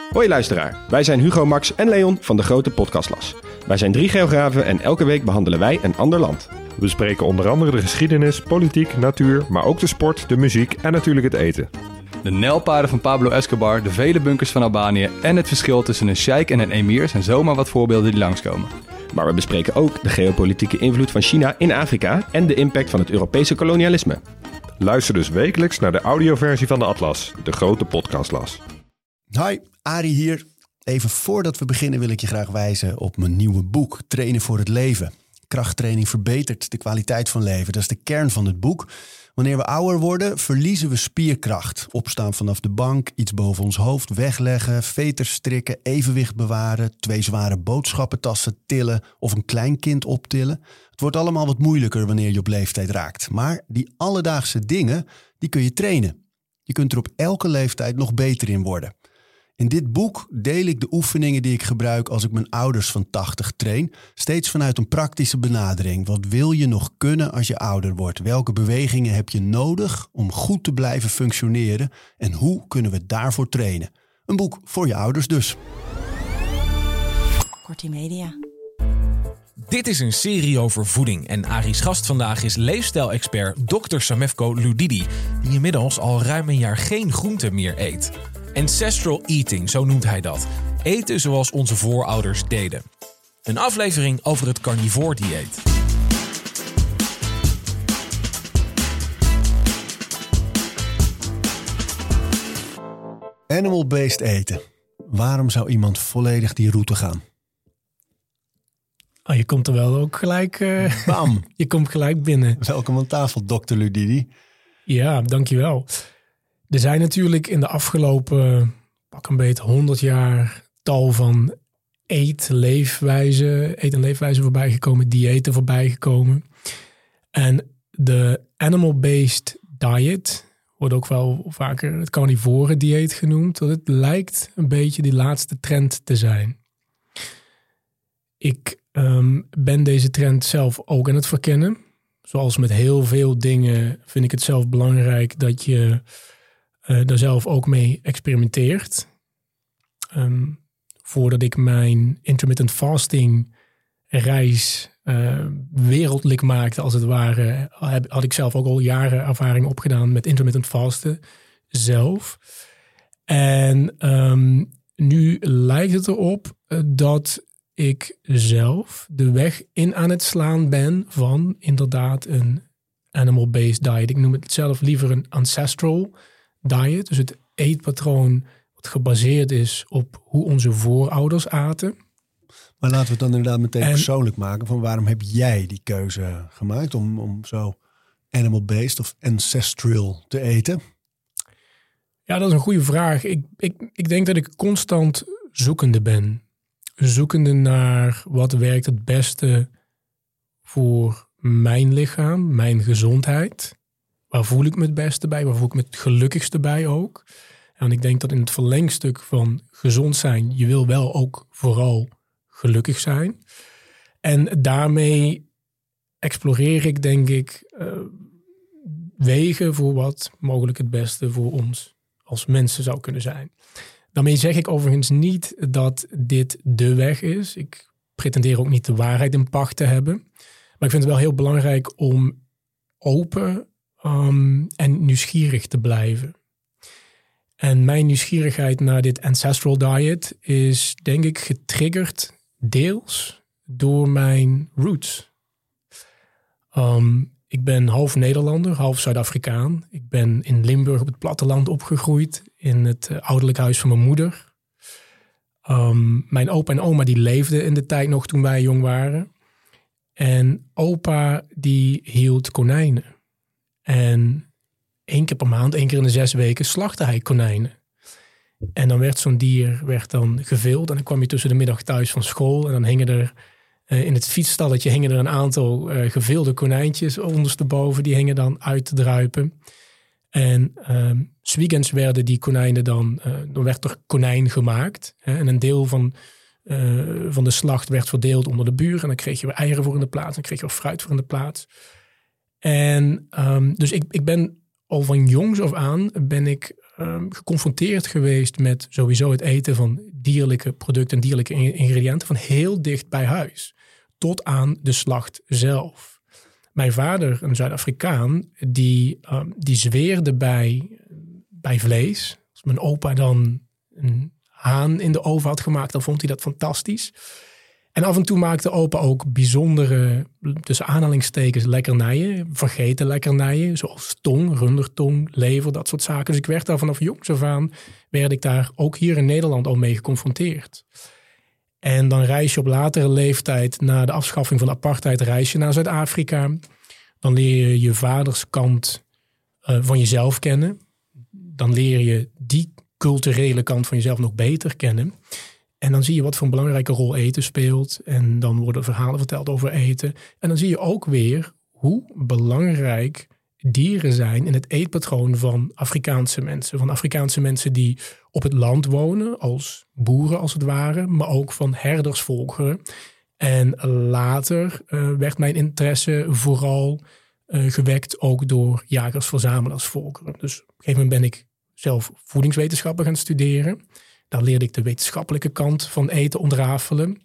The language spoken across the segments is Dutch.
Hoi luisteraar, wij zijn Hugo, Max en Leon van de Grote Podcastlas. Wij zijn 3 geografen en elke week behandelen wij een ander land. We bespreken onder andere de geschiedenis, politiek, natuur, maar ook de sport, de muziek en natuurlijk het eten. De nijlpaarden van Pablo Escobar, de vele bunkers van Albanië en het verschil tussen een sheik en een emir zijn zomaar wat voorbeelden die langskomen. Maar we bespreken ook de geopolitieke invloed van China in Afrika en de impact van het Europese kolonialisme. Luister dus wekelijks naar de audioversie van de Atlas, de Grote Podcastlas. Hi, Arie hier. Even voordat we beginnen wil ik je graag wijzen op mijn nieuwe boek Trainen voor het leven. Krachttraining verbetert de kwaliteit van leven. Dat is de kern van het boek. Wanneer we ouder worden, verliezen we spierkracht. Opstaan vanaf de bank, iets boven ons hoofd wegleggen, veters strikken, evenwicht bewaren, 2 zware boodschappentassen tillen of een klein kind optillen. Het wordt allemaal wat moeilijker wanneer je op leeftijd raakt. Maar die alledaagse dingen, die kun je trainen. Je kunt er op elke leeftijd nog beter in worden. In dit boek deel ik de oefeningen die ik gebruik als ik mijn ouders van 80 train. Steeds vanuit een praktische benadering. Wat wil je nog kunnen als je ouder wordt? Welke bewegingen heb je nodig om goed te blijven functioneren? En hoe kunnen we daarvoor trainen? Een boek voor je ouders dus. Kortie Media. Dit is een serie over voeding en Arie's gast vandaag is leefstijlexpert Dr. Samefko Ludidi, die inmiddels al ruim een jaar geen groente meer eet. Ancestral eating, zo noemt hij dat. Eten zoals onze voorouders deden. Een aflevering over het carnivore dieet. Animal-based eten. Waarom zou iemand volledig die route gaan? Oh, je komt er wel ook gelijk... Bam! Je komt gelijk binnen. Welkom aan tafel, Dr. Ludidi. Ja, dankjewel. Er zijn natuurlijk in de afgelopen pak een beetje 100 jaar tal van eet- en leefwijzen voorbij gekomen, diëten voorbij gekomen. En de animal-based diet wordt ook wel vaker het carnivore dieet genoemd. Dat het lijkt een beetje die laatste trend te zijn. Ik ben deze trend zelf ook aan het verkennen. Zoals met heel veel dingen vind ik het zelf belangrijk dat je daar zelf ook mee experimenteert. Voordat ik mijn intermittent fasting reis wereldlijk maakte als het ware, had ik zelf ook al jaren ervaring opgedaan met intermittent fasten zelf. En nu lijkt het erop dat ik zelf de weg in aan het slaan ben van inderdaad een animal-based diet. Ik noem het zelf liever een ancestral diet. Dus het eetpatroon wat gebaseerd is op hoe onze voorouders aten. Maar laten we het dan inderdaad meteen persoonlijk maken. Van waarom heb jij die keuze gemaakt om zo animal-based of ancestral te eten? Ja, dat is een goede vraag. Ik denk dat ik constant zoekende ben. Zoekende naar wat werkt het beste voor mijn lichaam, mijn gezondheid. Waar voel ik me het beste bij? Waar voel ik me het gelukkigste bij ook? En ik denk dat in het verlengstuk van gezond zijn, je wil wel ook vooral gelukkig zijn. En daarmee exploreer ik, denk ik, wegen voor wat mogelijk het beste voor ons als mensen zou kunnen zijn. Daarmee zeg ik overigens niet dat dit de weg is. Ik pretendeer ook niet de waarheid in pacht te hebben. Maar ik vind het wel heel belangrijk om open en nieuwsgierig te blijven. En mijn nieuwsgierigheid naar dit ancestral diet is denk ik getriggerd deels door mijn roots. Ik ben half Nederlander, half Zuid-Afrikaan. Ik ben in Limburg op het platteland opgegroeid, in het ouderlijk huis van mijn moeder. Mijn opa en oma die leefden in de tijd nog toen wij jong waren. En opa die hield konijnen. En 1 keer per maand, 1 keer in de 6 weken, slachtte hij konijnen. En dan werd zo'n dier gevild. En dan kwam je tussen de middag thuis van school. En dan hingen er in het fietsstalletje een aantal gevilde konijntjes ondersteboven. Die hingen dan uit te druipen. En 's weekends werden die konijnen dan werd er konijn gemaakt. En een deel van de slacht werd verdeeld onder de buren. En dan kreeg je weer eieren voor in de plaats. En dan kreeg je weer fruit voor in de plaats. En dus ik ben al van jongs af aan ben ik geconfronteerd geweest met sowieso het eten van dierlijke producten en dierlijke ingrediënten van heel dicht bij huis. Tot aan de slacht zelf. Mijn vader, een Zuid-Afrikaan, die zweerde bij vlees. Als mijn opa dan een haan in de oven had gemaakt, dan vond hij dat fantastisch. En af en toe maakte opa ook bijzondere, tussen aanhalingstekens, lekkernijen. Vergeten lekkernijen, zoals tong, rundertong, lever, dat soort zaken. Dus ik werd daar vanaf jongs af aan, werd ik daar ook hier in Nederland al mee geconfronteerd. En dan reis je op latere leeftijd, na de afschaffing van apartheid, reis je naar Zuid-Afrika. Dan leer je je vaders kant van jezelf kennen. Dan leer je die culturele kant van jezelf nog beter kennen. En dan zie je wat voor een belangrijke rol eten speelt. En dan worden verhalen verteld over eten. En dan zie je ook weer hoe belangrijk dieren zijn in het eetpatroon van Afrikaanse mensen. Van Afrikaanse mensen die op het land wonen, als boeren als het ware. Maar ook van herdersvolkeren. En later werd mijn interesse vooral gewekt ook door jagers-verzamelaarsvolkeren. Dus op een gegeven moment ben ik zelf voedingswetenschappen gaan studeren. Daar leerde ik de wetenschappelijke kant van eten ontrafelen.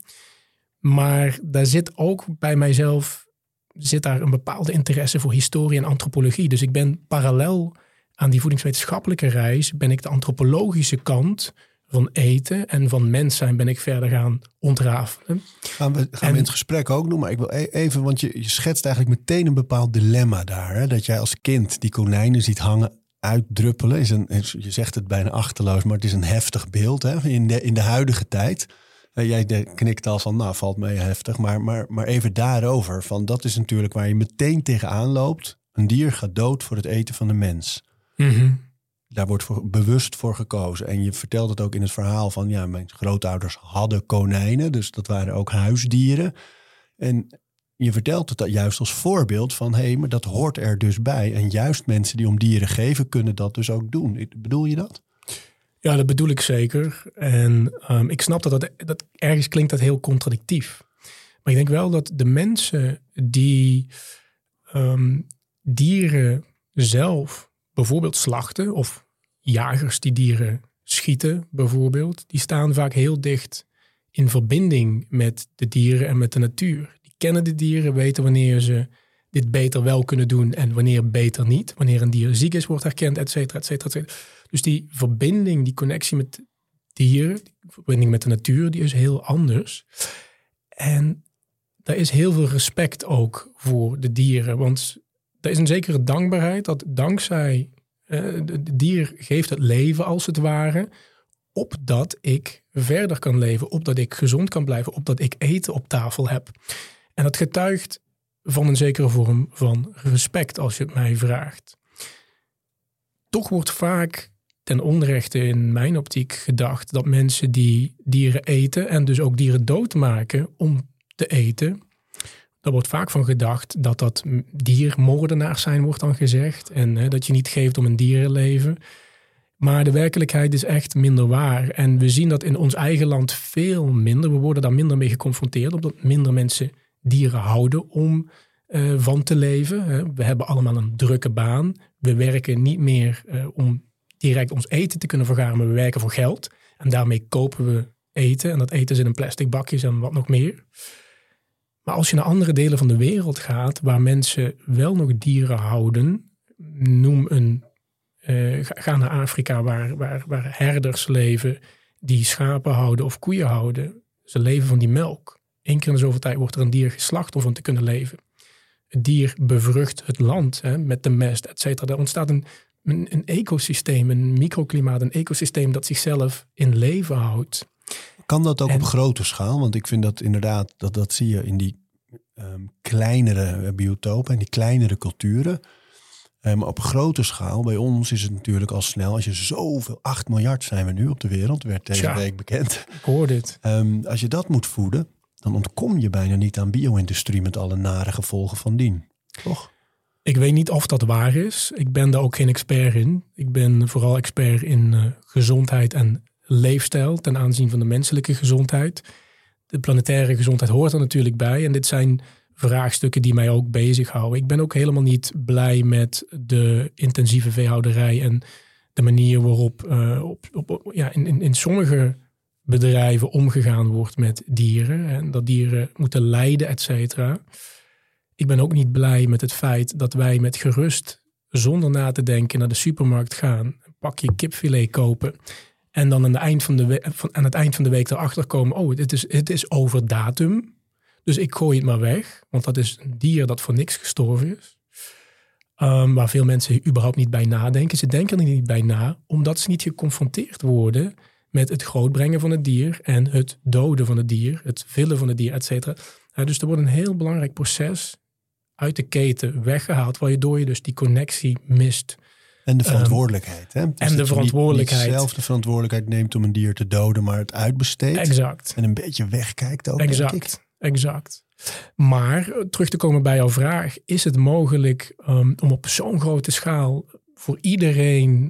Maar daar zit ook bij mijzelf daar een bepaalde interesse voor historie en antropologie. Dus ik ben parallel aan die voedingswetenschappelijke reis, ben ik de antropologische kant van eten en van mens zijn ben ik verder gaan ontrafelen. Gaan we in het gesprek ook doen, maar ik wil even, want je schetst eigenlijk meteen een bepaald dilemma daar. Hè? Dat jij als kind die konijnen ziet hangen, uitdruppelen. Je zegt het bijna achterloos, maar het is een heftig beeld hè? In de huidige tijd. Jij knikt al van, nou valt mee heftig, maar even daarover. Van, dat is natuurlijk waar je meteen tegenaan loopt. Een dier gaat dood voor het eten van de mens. Mm-hmm. Daar wordt bewust voor gekozen. En je vertelt het ook in het verhaal van, ja, mijn grootouders hadden konijnen. Dus dat waren ook huisdieren. En je vertelt het juist als voorbeeld van, hé, maar dat hoort er dus bij. En juist mensen die om dieren geven, kunnen dat dus ook doen. Bedoel je dat? Ja, dat bedoel ik zeker. En ik snap dat ergens klinkt dat heel contradictief. Maar ik denk wel dat de mensen die dieren zelf bijvoorbeeld slachten, of jagers die dieren schieten bijvoorbeeld, die staan vaak heel dicht in verbinding met de dieren en met de natuur. Die kennen de dieren, weten wanneer ze dit beter wel kunnen doen en wanneer beter niet. Wanneer een dier ziek is, wordt herkend, et cetera, et cetera, et cetera. Dus die verbinding, die connectie met dieren, die verbinding met de natuur, die is heel anders. En daar is heel veel respect ook voor de dieren. Want er is een zekere dankbaarheid dat dankzij het dier geeft het leven als het ware, opdat ik verder kan leven, opdat ik gezond kan blijven, opdat ik eten op tafel heb. En dat getuigt van een zekere vorm van respect als je het mij vraagt. Toch wordt vaak ten onrechte in mijn optiek gedacht dat mensen die dieren eten en dus ook dieren doodmaken om te eten, daar wordt vaak van gedacht dat diermoordenaars zijn, wordt dan gezegd. En dat je niet geeft om een dierenleven. Maar de werkelijkheid is echt minder waar. En we zien dat in ons eigen land veel minder. We worden daar minder mee geconfronteerd, omdat minder mensen dieren houden om van te leven. We hebben allemaal een drukke baan. We werken niet meer om direct ons eten te kunnen vergaren, maar we werken voor geld. En daarmee kopen we eten. En dat eten zit in plastic bakjes en wat nog meer. Maar als je naar andere delen van de wereld gaat, waar mensen wel nog dieren houden, ga naar Afrika waar herders leven die schapen houden of koeien houden. Ze leven van die melk. 1 keer in de zoveel tijd wordt er een dier geslacht om van te kunnen leven. Het dier bevrucht het land met de mest, et cetera. Er ontstaat een ecosysteem, een microklimaat, een ecosysteem dat zichzelf in leven houdt. Kan dat ook op grote schaal? Want ik vind dat inderdaad, dat zie je in die kleinere biotopen en die kleinere culturen. Maar op grote schaal, bij ons is het natuurlijk al snel, als je zoveel, 8 miljard zijn we nu op de wereld, werd deze week bekend. Ik hoor dit. Als je dat moet voeden, dan ontkom je bijna niet aan bio-industrie met alle nare gevolgen van dien. Toch? Ik weet niet of dat waar is. Ik ben daar ook geen expert in. Ik ben vooral expert in gezondheid en leefstijl ten aanzien van de menselijke gezondheid. De planetaire gezondheid hoort er natuurlijk bij. En dit zijn vraagstukken die mij ook bezighouden. Ik ben ook helemaal niet blij met de intensieve veehouderij en de manier waarop in sommige bedrijven omgegaan wordt met dieren. En dat dieren moeten lijden, et cetera. Ik ben ook niet blij met het feit dat wij met gerust, zonder na te denken, naar de supermarkt gaan. Een pakje kipfilet kopen. En dan aan het eind van de week erachter komen, het is over datum. Dus ik gooi het maar weg. Want dat is een dier dat voor niks gestorven is. Waar veel mensen überhaupt niet bij nadenken. Ze denken er niet bij na, omdat ze niet geconfronteerd worden met het grootbrengen van het dier en het doden van het dier, het villen van het dier, et cetera. Dus er wordt een heel belangrijk proces uit de keten weggehaald, waardoor je dus die connectie mist. En de verantwoordelijkheid. Hè? Dus en de verantwoordelijkheid. Niet zelf de verantwoordelijkheid neemt om een dier te doden, maar het uitbesteedt. Exact. En een beetje wegkijkt ook, denk ik. Exact. Maar terug te komen bij jouw vraag. Is het mogelijk om op zo'n grote schaal voor iedereen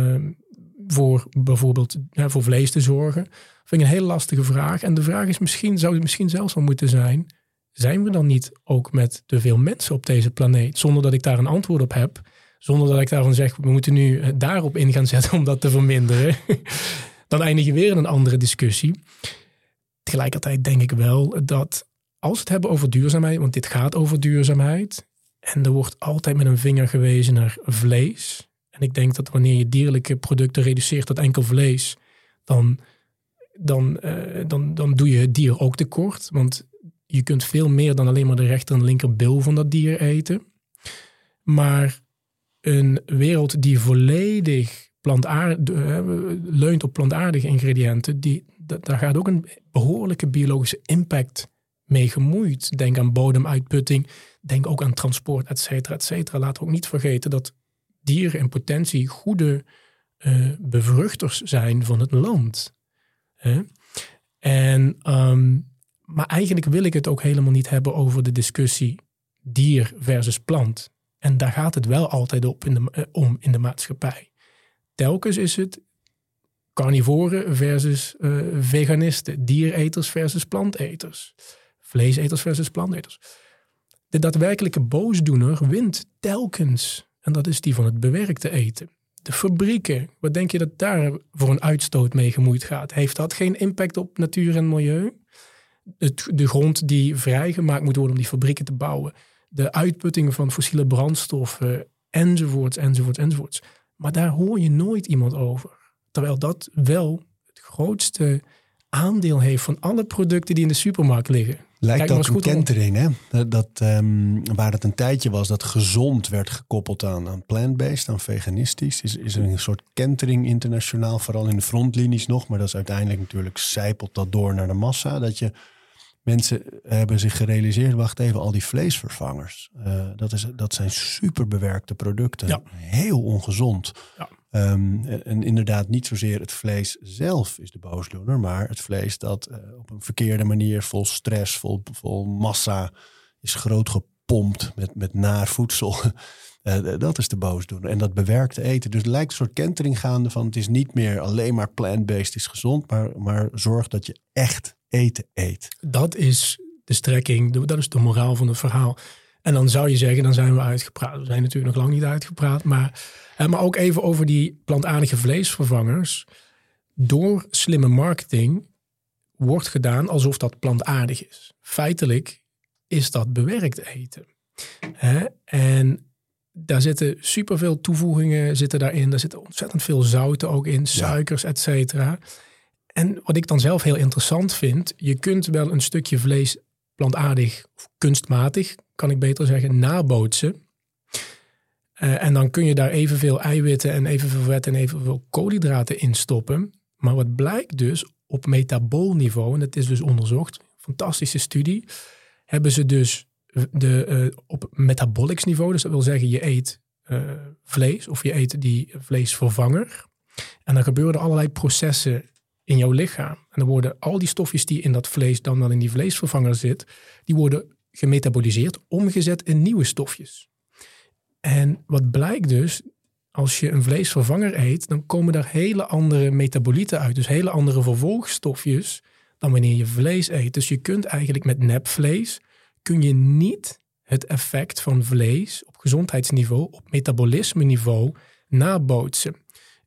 voor bijvoorbeeld voor vlees te zorgen? Vind ik een hele lastige vraag. En de vraag is zou het misschien zelfs wel moeten zijn, zijn we dan niet ook met te veel mensen op deze planeet? Zonder dat ik daar een antwoord op heb. Zonder dat ik daarvan zeg, we moeten nu daarop in gaan zetten om dat te verminderen. Dan eindig je weer in een andere discussie. Tegelijkertijd denk ik wel dat als we het hebben over duurzaamheid, want dit gaat over duurzaamheid. En er wordt altijd met een vinger gewezen naar vlees. En ik denk dat wanneer je dierlijke producten reduceert tot enkel vlees, dan doe je het dier ook tekort. Want je kunt veel meer dan alleen maar de rechter en linkerbil van dat dier eten. Maar een wereld die volledig leunt op plantaardige ingrediënten, daar gaat ook een behoorlijke biologische impact mee gemoeid. Denk aan bodemuitputting, denk ook aan transport, et cetera, et cetera. Laten we ook niet vergeten dat dieren in potentie goede bevruchters zijn van het land. Maar eigenlijk wil ik het ook helemaal niet hebben over de discussie dier versus plant. En daar gaat het wel altijd om in de maatschappij. Telkens is het carnivoren versus veganisten, diereters versus planteters, vleeseters versus planteters. De daadwerkelijke boosdoener wint telkens. En dat is die van het bewerkte eten. De fabrieken, wat denk je dat daar voor een uitstoot mee gemoeid gaat? Heeft dat geen impact op natuur en milieu? De grond die vrijgemaakt moet worden om die fabrieken te bouwen. De uitputting van fossiele brandstoffen, enzovoorts. Maar daar hoor je nooit iemand over. Terwijl dat wel het grootste aandeel heeft van alle producten die in de supermarkt liggen. Lijkt ook een kentering, hè? Waar het een tijdje was dat gezond werd gekoppeld aan plant-based, aan veganistisch. Is er een soort kentering internationaal, vooral in de frontlinies nog. Maar dat is uiteindelijk natuurlijk, zijpelt dat door naar de massa. Dat mensen hebben zich gerealiseerd, wacht even, al die vleesvervangers. Dat zijn super bewerkte producten. Ja. Heel ongezond. Ja. En inderdaad niet zozeer het vlees zelf is de boosdoener, maar het vlees dat op een verkeerde manier vol stress, vol massa is groot gepompt met naar voedsel. Dat is de boosdoener. En dat bewerkte eten. Dus het lijkt een soort kentering gaande van het is niet meer alleen maar plant-based is gezond, maar zorg dat je echt eten eet. Dat is de strekking, dat is de moraal van het verhaal. En dan zou je zeggen, dan zijn we uitgepraat. We zijn natuurlijk nog lang niet uitgepraat. Maar ook even over die plantaardige vleesvervangers. Door slimme marketing wordt gedaan alsof dat plantaardig is. Feitelijk is dat bewerkt eten. En daar zitten superveel toevoegingen daarin. Daar zitten ontzettend veel zouten ook in, suikers, et cetera. En wat ik dan zelf heel interessant vind, je kunt wel een stukje vlees plantaardig of kunstmatig, kan ik beter zeggen, nabootsen. En dan kun je daar evenveel eiwitten en evenveel vet en evenveel koolhydraten in stoppen. Maar wat blijkt dus op metabool niveau, en dat is dus onderzocht, fantastische studie, hebben ze dus op metabolics niveau, dus dat wil zeggen je eet vlees of je eet die vleesvervanger. En dan gebeuren er allerlei processen in jouw lichaam. En dan worden al die stofjes die in dat vlees dan wel in die vleesvervanger zit, die worden gemetaboliseerd, omgezet in nieuwe stofjes. En wat blijkt dus, als je een vleesvervanger eet, dan komen daar hele andere metabolieten uit. Dus hele andere vervolgstofjes dan wanneer je vlees eet. Dus je kunt eigenlijk met nepvlees, kun je niet het effect van vlees op gezondheidsniveau, op metabolisme niveau nabootsen.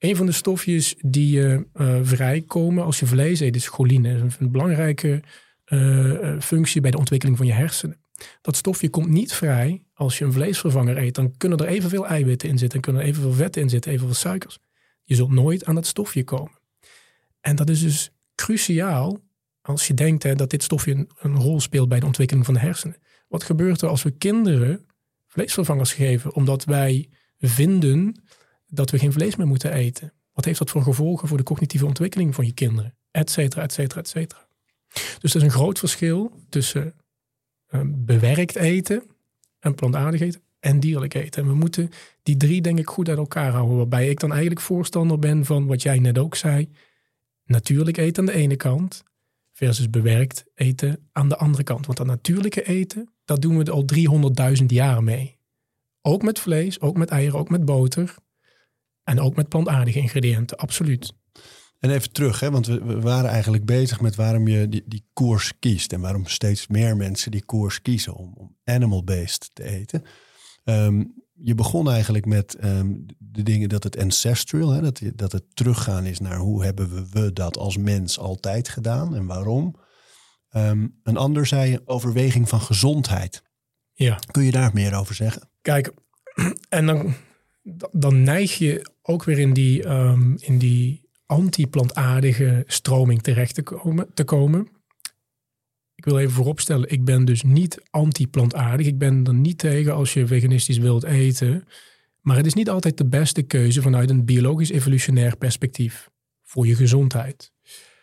Een van de stofjes die vrijkomen als je vlees eet is choline. Dat is een belangrijke functie bij de ontwikkeling van je hersenen. Dat stofje komt niet vrij als je een vleesvervanger eet. Dan kunnen er evenveel eiwitten in zitten. Dan kunnen er evenveel vetten in zitten, evenveel suikers. Je zult nooit aan dat stofje komen. En dat is dus cruciaal als je denkt dat dit stofje een rol speelt bij de ontwikkeling van de hersenen. Wat gebeurt er als we kinderen vleesvervangers geven omdat wij vinden dat we geen vlees meer moeten eten? Wat heeft dat voor gevolgen voor de cognitieve ontwikkeling van je kinderen? Etcetera, etcetera, etcetera. Dus er is een groot verschil tussen bewerkt eten en plantaardig eten en dierlijk eten. En we moeten die 3 denk ik goed uit elkaar houden. Waarbij ik dan eigenlijk voorstander ben van wat jij net ook zei. Natuurlijk eten aan de ene kant versus bewerkt eten aan de andere kant. Want dat natuurlijke eten, dat doen we al 300.000 jaar mee. Ook met vlees, ook met eieren, ook met boter. En ook met plantaardige ingrediënten, absoluut. En even terug, hè, want we waren eigenlijk bezig met waarom je die koers kiest. En waarom steeds meer mensen die koers kiezen om animal-based te eten. Je begon eigenlijk met de dingen dat het ancestral, hè, dat het teruggaan is naar hoe hebben we dat als mens altijd gedaan en waarom. Een ander zei overweging van gezondheid. Ja. Kun je daar meer over zeggen? Kijk, en dan neig je ook weer in die anti-plantaardige stroming terecht te komen. Ik wil even vooropstellen, ik ben dus niet anti-plantaardig. Ik ben er niet tegen als je veganistisch wilt eten. Maar het is niet altijd de beste keuze vanuit een biologisch-evolutionair perspectief voor je gezondheid.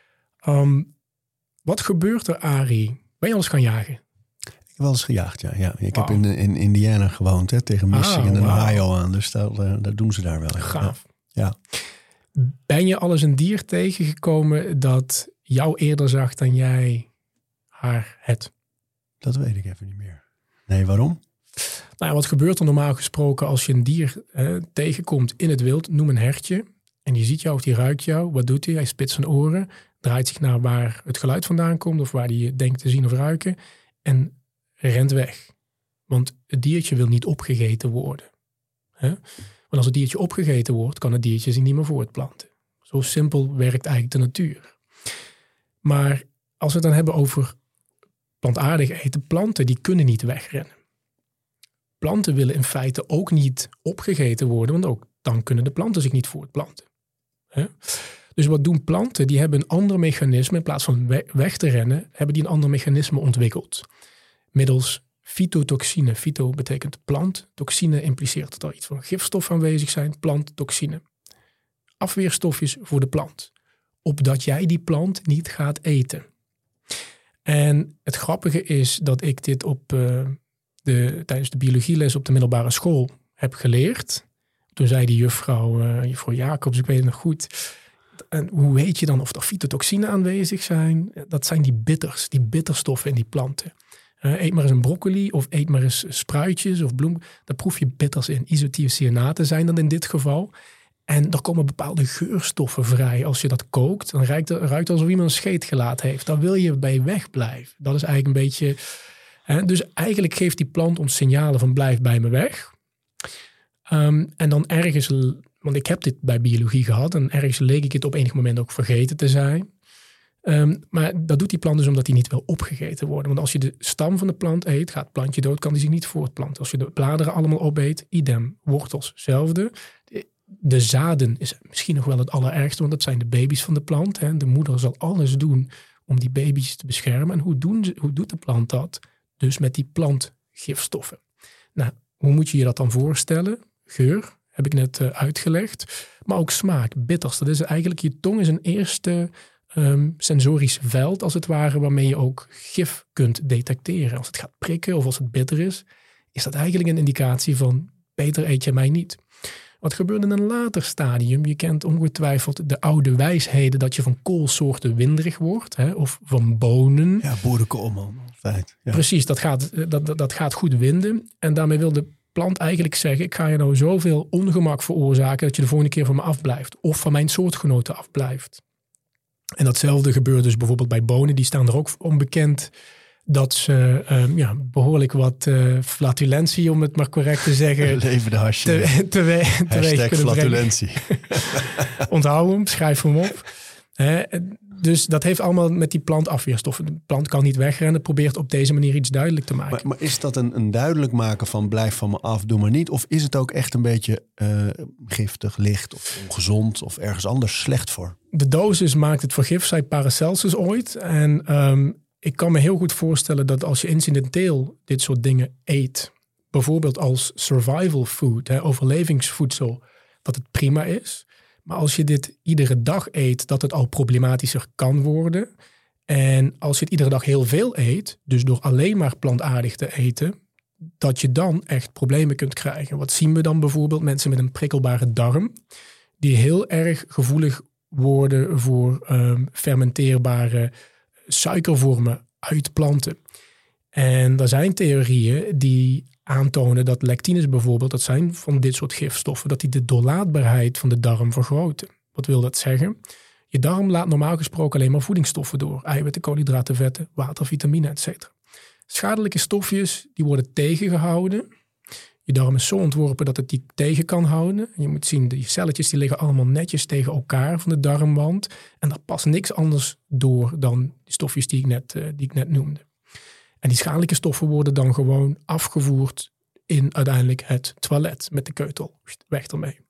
Wat gebeurt er, Arie? Ben je al eens gaan jagen? Ik heb wel eens gejaagd, ja. Ik heb in Indiana gewoond, hè, tegen Michigan en Ohio aan. Dus daar doen ze daar wel. Gaaf. Ja. Ben je al eens een dier tegengekomen dat jou eerder zag dan jij haar het? Dat weet ik even niet meer. Nee, waarom? Nou, wat gebeurt er normaal gesproken als je een dier tegenkomt in het wild? Noem een hertje. En die ziet jou of die ruikt jou. Wat doet hij? Hij spitst zijn oren. Draait zich naar waar het geluid vandaan komt. Of waar hij denkt te zien of ruiken. En rent weg. Want het diertje wil niet opgegeten worden. Want als het diertje opgegeten wordt, kan het diertje zich niet meer voortplanten. Zo simpel werkt eigenlijk de natuur. Maar als we het dan hebben over plantaardig eten, planten die kunnen niet wegrennen. Planten willen in feite ook niet opgegeten worden, want ook dan kunnen de planten zich niet voortplanten. Dus wat doen planten? Die hebben een ander mechanisme, in plaats van weg te rennen, hebben die een ander mechanisme ontwikkeld. Middels fytotoxine. Fyto betekent plant. Toxine impliceert dat er iets van gifstof aanwezig zijn. Planttoxine. Afweerstofjes voor de plant. Opdat jij die plant niet gaat eten. En het grappige is dat ik dit tijdens de biologieles op de middelbare school heb geleerd. Toen zei die juffrouw Jacobs, ik weet het nog goed. En hoe weet je dan of er fytotoxine aanwezig zijn? Dat zijn die bitters, die bitterstoffen in die planten. Eet maar eens een broccoli of eet maar eens spruitjes of bloem. Daar proef je bitters in. Isothiocyanaten zijn dat in dit geval. En er komen bepaalde geurstoffen vrij. Als je dat kookt, dan ruikt alsof iemand een scheet gelaten heeft. Daar wil je bij wegblijven. Dat is eigenlijk een beetje... Dus eigenlijk geeft die plant ons signalen van blijf bij me weg. En dan ergens... Want ik heb dit bij biologie gehad. En ergens leek ik het op enig moment ook vergeten te zijn. Maar dat doet die plant dus omdat die niet wil opgegeten worden. Want als je de stam van de plant eet, gaat het plantje dood, kan die zich niet voortplanten. Als je de bladeren allemaal opeet, idem. Wortels, hetzelfde. De zaden is misschien nog wel het allerergste, want dat zijn de baby's van de plant. Hè. De moeder zal alles doen om die baby's te beschermen. En hoe doet de plant dat? Dus met die plantgifstoffen. Nou, hoe moet je je dat dan voorstellen? Geur, heb ik net uitgelegd. Maar ook smaak, bitters. Dat is eigenlijk, je tong is een eerste sensorisch veld, als het ware, waarmee je ook gif kunt detecteren. Als het gaat prikken of als het bitter is dat eigenlijk een indicatie van beter eet je mij niet. Wat gebeurt in een later stadium? Je kent ongetwijfeld de oude wijsheden dat je van koolsoorten winderig wordt, of van bonen. Ja, boerenkool, man. Feit. Ja. Precies, dat gaat goed winden. En daarmee wil de plant eigenlijk zeggen, ik ga je nou zoveel ongemak veroorzaken dat je de volgende keer van me afblijft. Of van mijn soortgenoten afblijft. En datzelfde gebeurt dus bijvoorbeeld bij bonen. Die staan er ook onbekend dat ze behoorlijk wat flatulentie, om het maar correct te zeggen, Leven de hasje. teweeg Hashtag kunnen flatulentie. Onthoud hem, schrijf hem op. Dus dat heeft allemaal met die plantafweerstoffen. De plant kan niet wegrennen, probeert op deze manier iets duidelijk te maken. Maar is dat een duidelijk maken van blijf van me af, doe maar niet? Of is het ook echt een beetje giftig, licht of ongezond of ergens anders slecht voor? De dosis maakt het voor gif, zei Paracelsus ooit. En ik kan me heel goed voorstellen dat als je incidenteel dit soort dingen eet, bijvoorbeeld als survival food, overlevingsvoedsel, dat het prima is. Maar als je dit iedere dag eet, dat het al problematischer kan worden. En als je het iedere dag heel veel eet, dus door alleen maar plantaardig te eten, dat je dan echt problemen kunt krijgen. Wat zien we dan bijvoorbeeld? Mensen met een prikkelbare darm, die heel erg gevoelig worden voor fermenteerbare suikervormen uit planten. En er zijn theorieën die aantonen dat lectines bijvoorbeeld, dat zijn van dit soort gifstoffen, dat die de doorlaatbaarheid van de darm vergroten. Wat wil dat zeggen? Je darm laat normaal gesproken alleen maar voedingsstoffen door. Eiwitten, koolhydraten, vetten, water, vitamine, etc. Schadelijke stofjes, die worden tegengehouden. Je darm is zo ontworpen dat het die tegen kan houden. Je moet zien, die celletjes die liggen allemaal netjes tegen elkaar van de darmwand. En daar past niks anders door dan die stofjes die ik net noemde. En die schadelijke stoffen worden dan gewoon afgevoerd in uiteindelijk het toilet met de keutel. Weg ermee.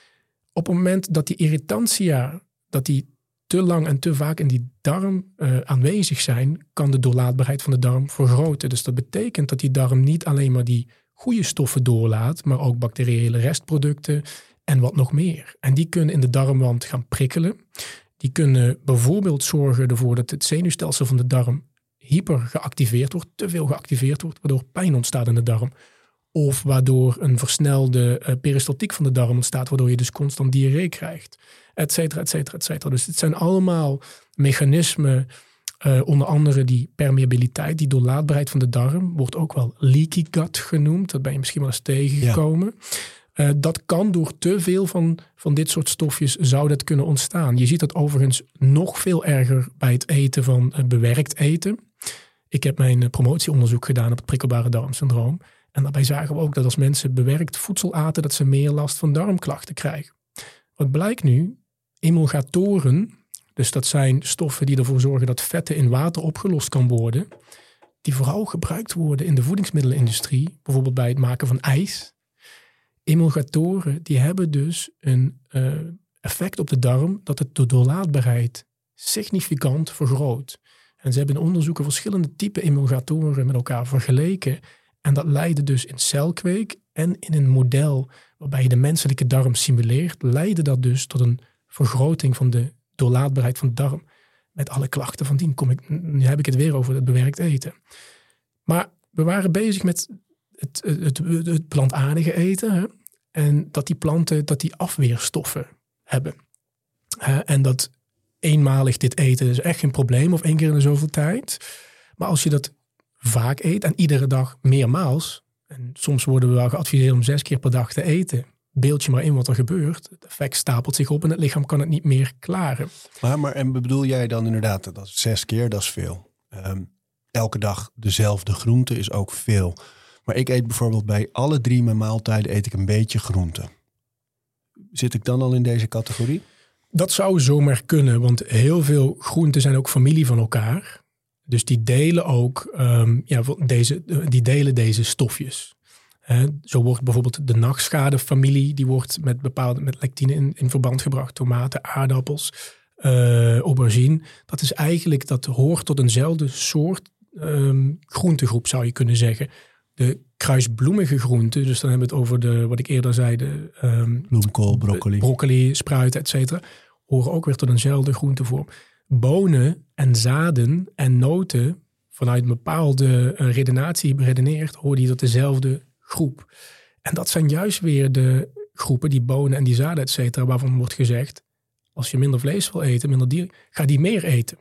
Op het moment dat die irritantia, dat die te lang en te vaak in die darm aanwezig zijn, kan de doorlaatbaarheid van de darm vergroten. Dus dat betekent dat die darm niet alleen maar die goede stoffen doorlaat, maar ook bacteriële restproducten en wat nog meer. En die kunnen in de darmwand gaan prikkelen. Die kunnen bijvoorbeeld zorgen ervoor dat het zenuwstelsel van de darm hyper geactiveerd wordt, te veel geactiveerd wordt, waardoor pijn ontstaat in de darm. Of waardoor een versnelde peristaltiek van de darm ontstaat, waardoor je dus constant diarree krijgt, et cetera, et cetera, et cetera. Dus het zijn allemaal mechanismen, onder andere die permeabiliteit, die doorlaatbaarheid van de darm, wordt ook wel leaky gut genoemd. Dat ben je misschien wel eens tegengekomen. Ja. Dat kan door te veel van dit soort stofjes zou dat kunnen ontstaan. Je ziet dat overigens nog veel erger bij het eten van bewerkt eten. Ik heb mijn promotieonderzoek gedaan op het prikkelbare darmsyndroom. En daarbij zagen we ook dat als mensen bewerkt voedsel aten, dat ze meer last van darmklachten krijgen. Wat blijkt nu? Emulgatoren, dus dat zijn stoffen die ervoor zorgen dat vetten in water opgelost kan worden, die vooral gebruikt worden in de voedingsmiddelenindustrie, bijvoorbeeld bij het maken van ijs. Emulgatoren, die hebben dus een effect op de darm dat het de doorlaatbaarheid significant vergroot. En ze hebben in onderzoeken verschillende typen emulgatoren met elkaar vergeleken. En dat leidde dus in celkweek en in een model waarbij je de menselijke darm simuleert, leidde dat dus tot een vergroting van de doorlaatbaarheid van de darm. Met alle klachten van dien. Nu heb ik het weer over het bewerkt eten. Maar we waren bezig met het plantaardige eten. Hè? En dat die planten, dat die afweerstoffen hebben. En dat eenmalig dit eten is echt geen probleem. Of 1 keer in de zoveel tijd. Maar als je dat vaak eet en iedere dag meermaals. En soms worden we wel geadviseerd om 6 keer per dag te eten. Beeld je maar in wat er gebeurt. Het effect stapelt zich op en het lichaam kan het niet meer klaren. Maar en bedoel jij dan inderdaad, dat is 6 keer, dat is veel. Elke dag dezelfde groente is ook veel. Maar ik eet bijvoorbeeld bij alle 3 mijn maaltijden eet ik een beetje groente. Zit ik dan al in deze categorie? Dat zou zomaar kunnen, want heel veel groenten zijn ook familie van elkaar. Dus die delen ook deze stofjes. Zo wordt bijvoorbeeld de nachtschadefamilie, die wordt met lectine in verband gebracht. Tomaten, aardappels, aubergine. Dat hoort tot eenzelfde soort groentegroep, zou je kunnen zeggen. De kruisbloemige groenten, dus dan hebben we het over wat ik eerder zei, bloemkool, broccoli, spruiten, et cetera, horen ook weer tot eenzelfde groentevorm. Bonen en zaden en noten, vanuit een bepaalde redenatie beredeneerd, horen die tot dezelfde groep. En dat zijn juist weer de groepen, die bonen en die zaden, et cetera, waarvan wordt gezegd, als je minder vlees wil eten, minder dieren, ga die meer eten.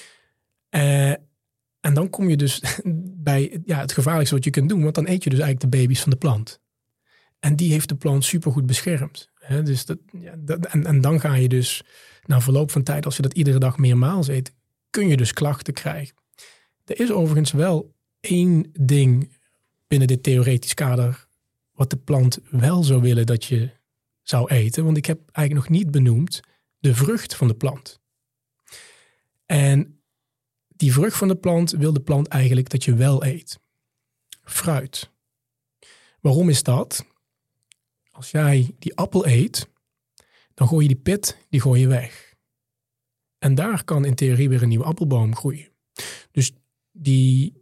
En dan kom je dus bij het gevaarlijkste wat je kunt doen, want dan eet je dus eigenlijk de baby's van de plant. En die heeft de plant supergoed beschermd. Dus en dan ga je dus, na verloop van tijd, als je dat iedere dag meermaals eet, kun je dus klachten krijgen. Er is overigens wel 1 ding binnen dit theoretisch kader wat de plant wel zou willen dat je zou eten. Want ik heb eigenlijk nog niet benoemd de vrucht van de plant. En die vrucht van de plant wil de plant eigenlijk dat je wel eet. Fruit. Waarom is dat? Als jij die appel eet, dan gooi je die pit, die gooi je weg. En daar kan in theorie weer een nieuwe appelboom groeien. Dus die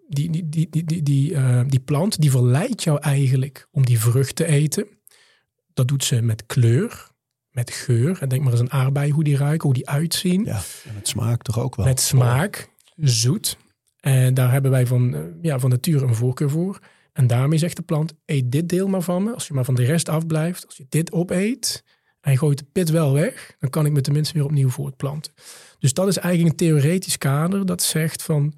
plant, die verleidt jou eigenlijk om die vrucht te eten. Dat doet ze met kleur, met geur. En denk maar eens aan aardbeien, hoe die ruiken, hoe die uitzien. Ja, en met smaak toch ook wel. Met smaak, zoet. En daar hebben wij van nature een voorkeur voor. En daarmee zegt de plant, eet dit deel maar van me. Als je maar van de rest afblijft, als je dit opeet en je gooit de pit wel weg, dan kan ik me tenminste weer opnieuw voortplanten. Dus dat is eigenlijk een theoretisch kader dat zegt van,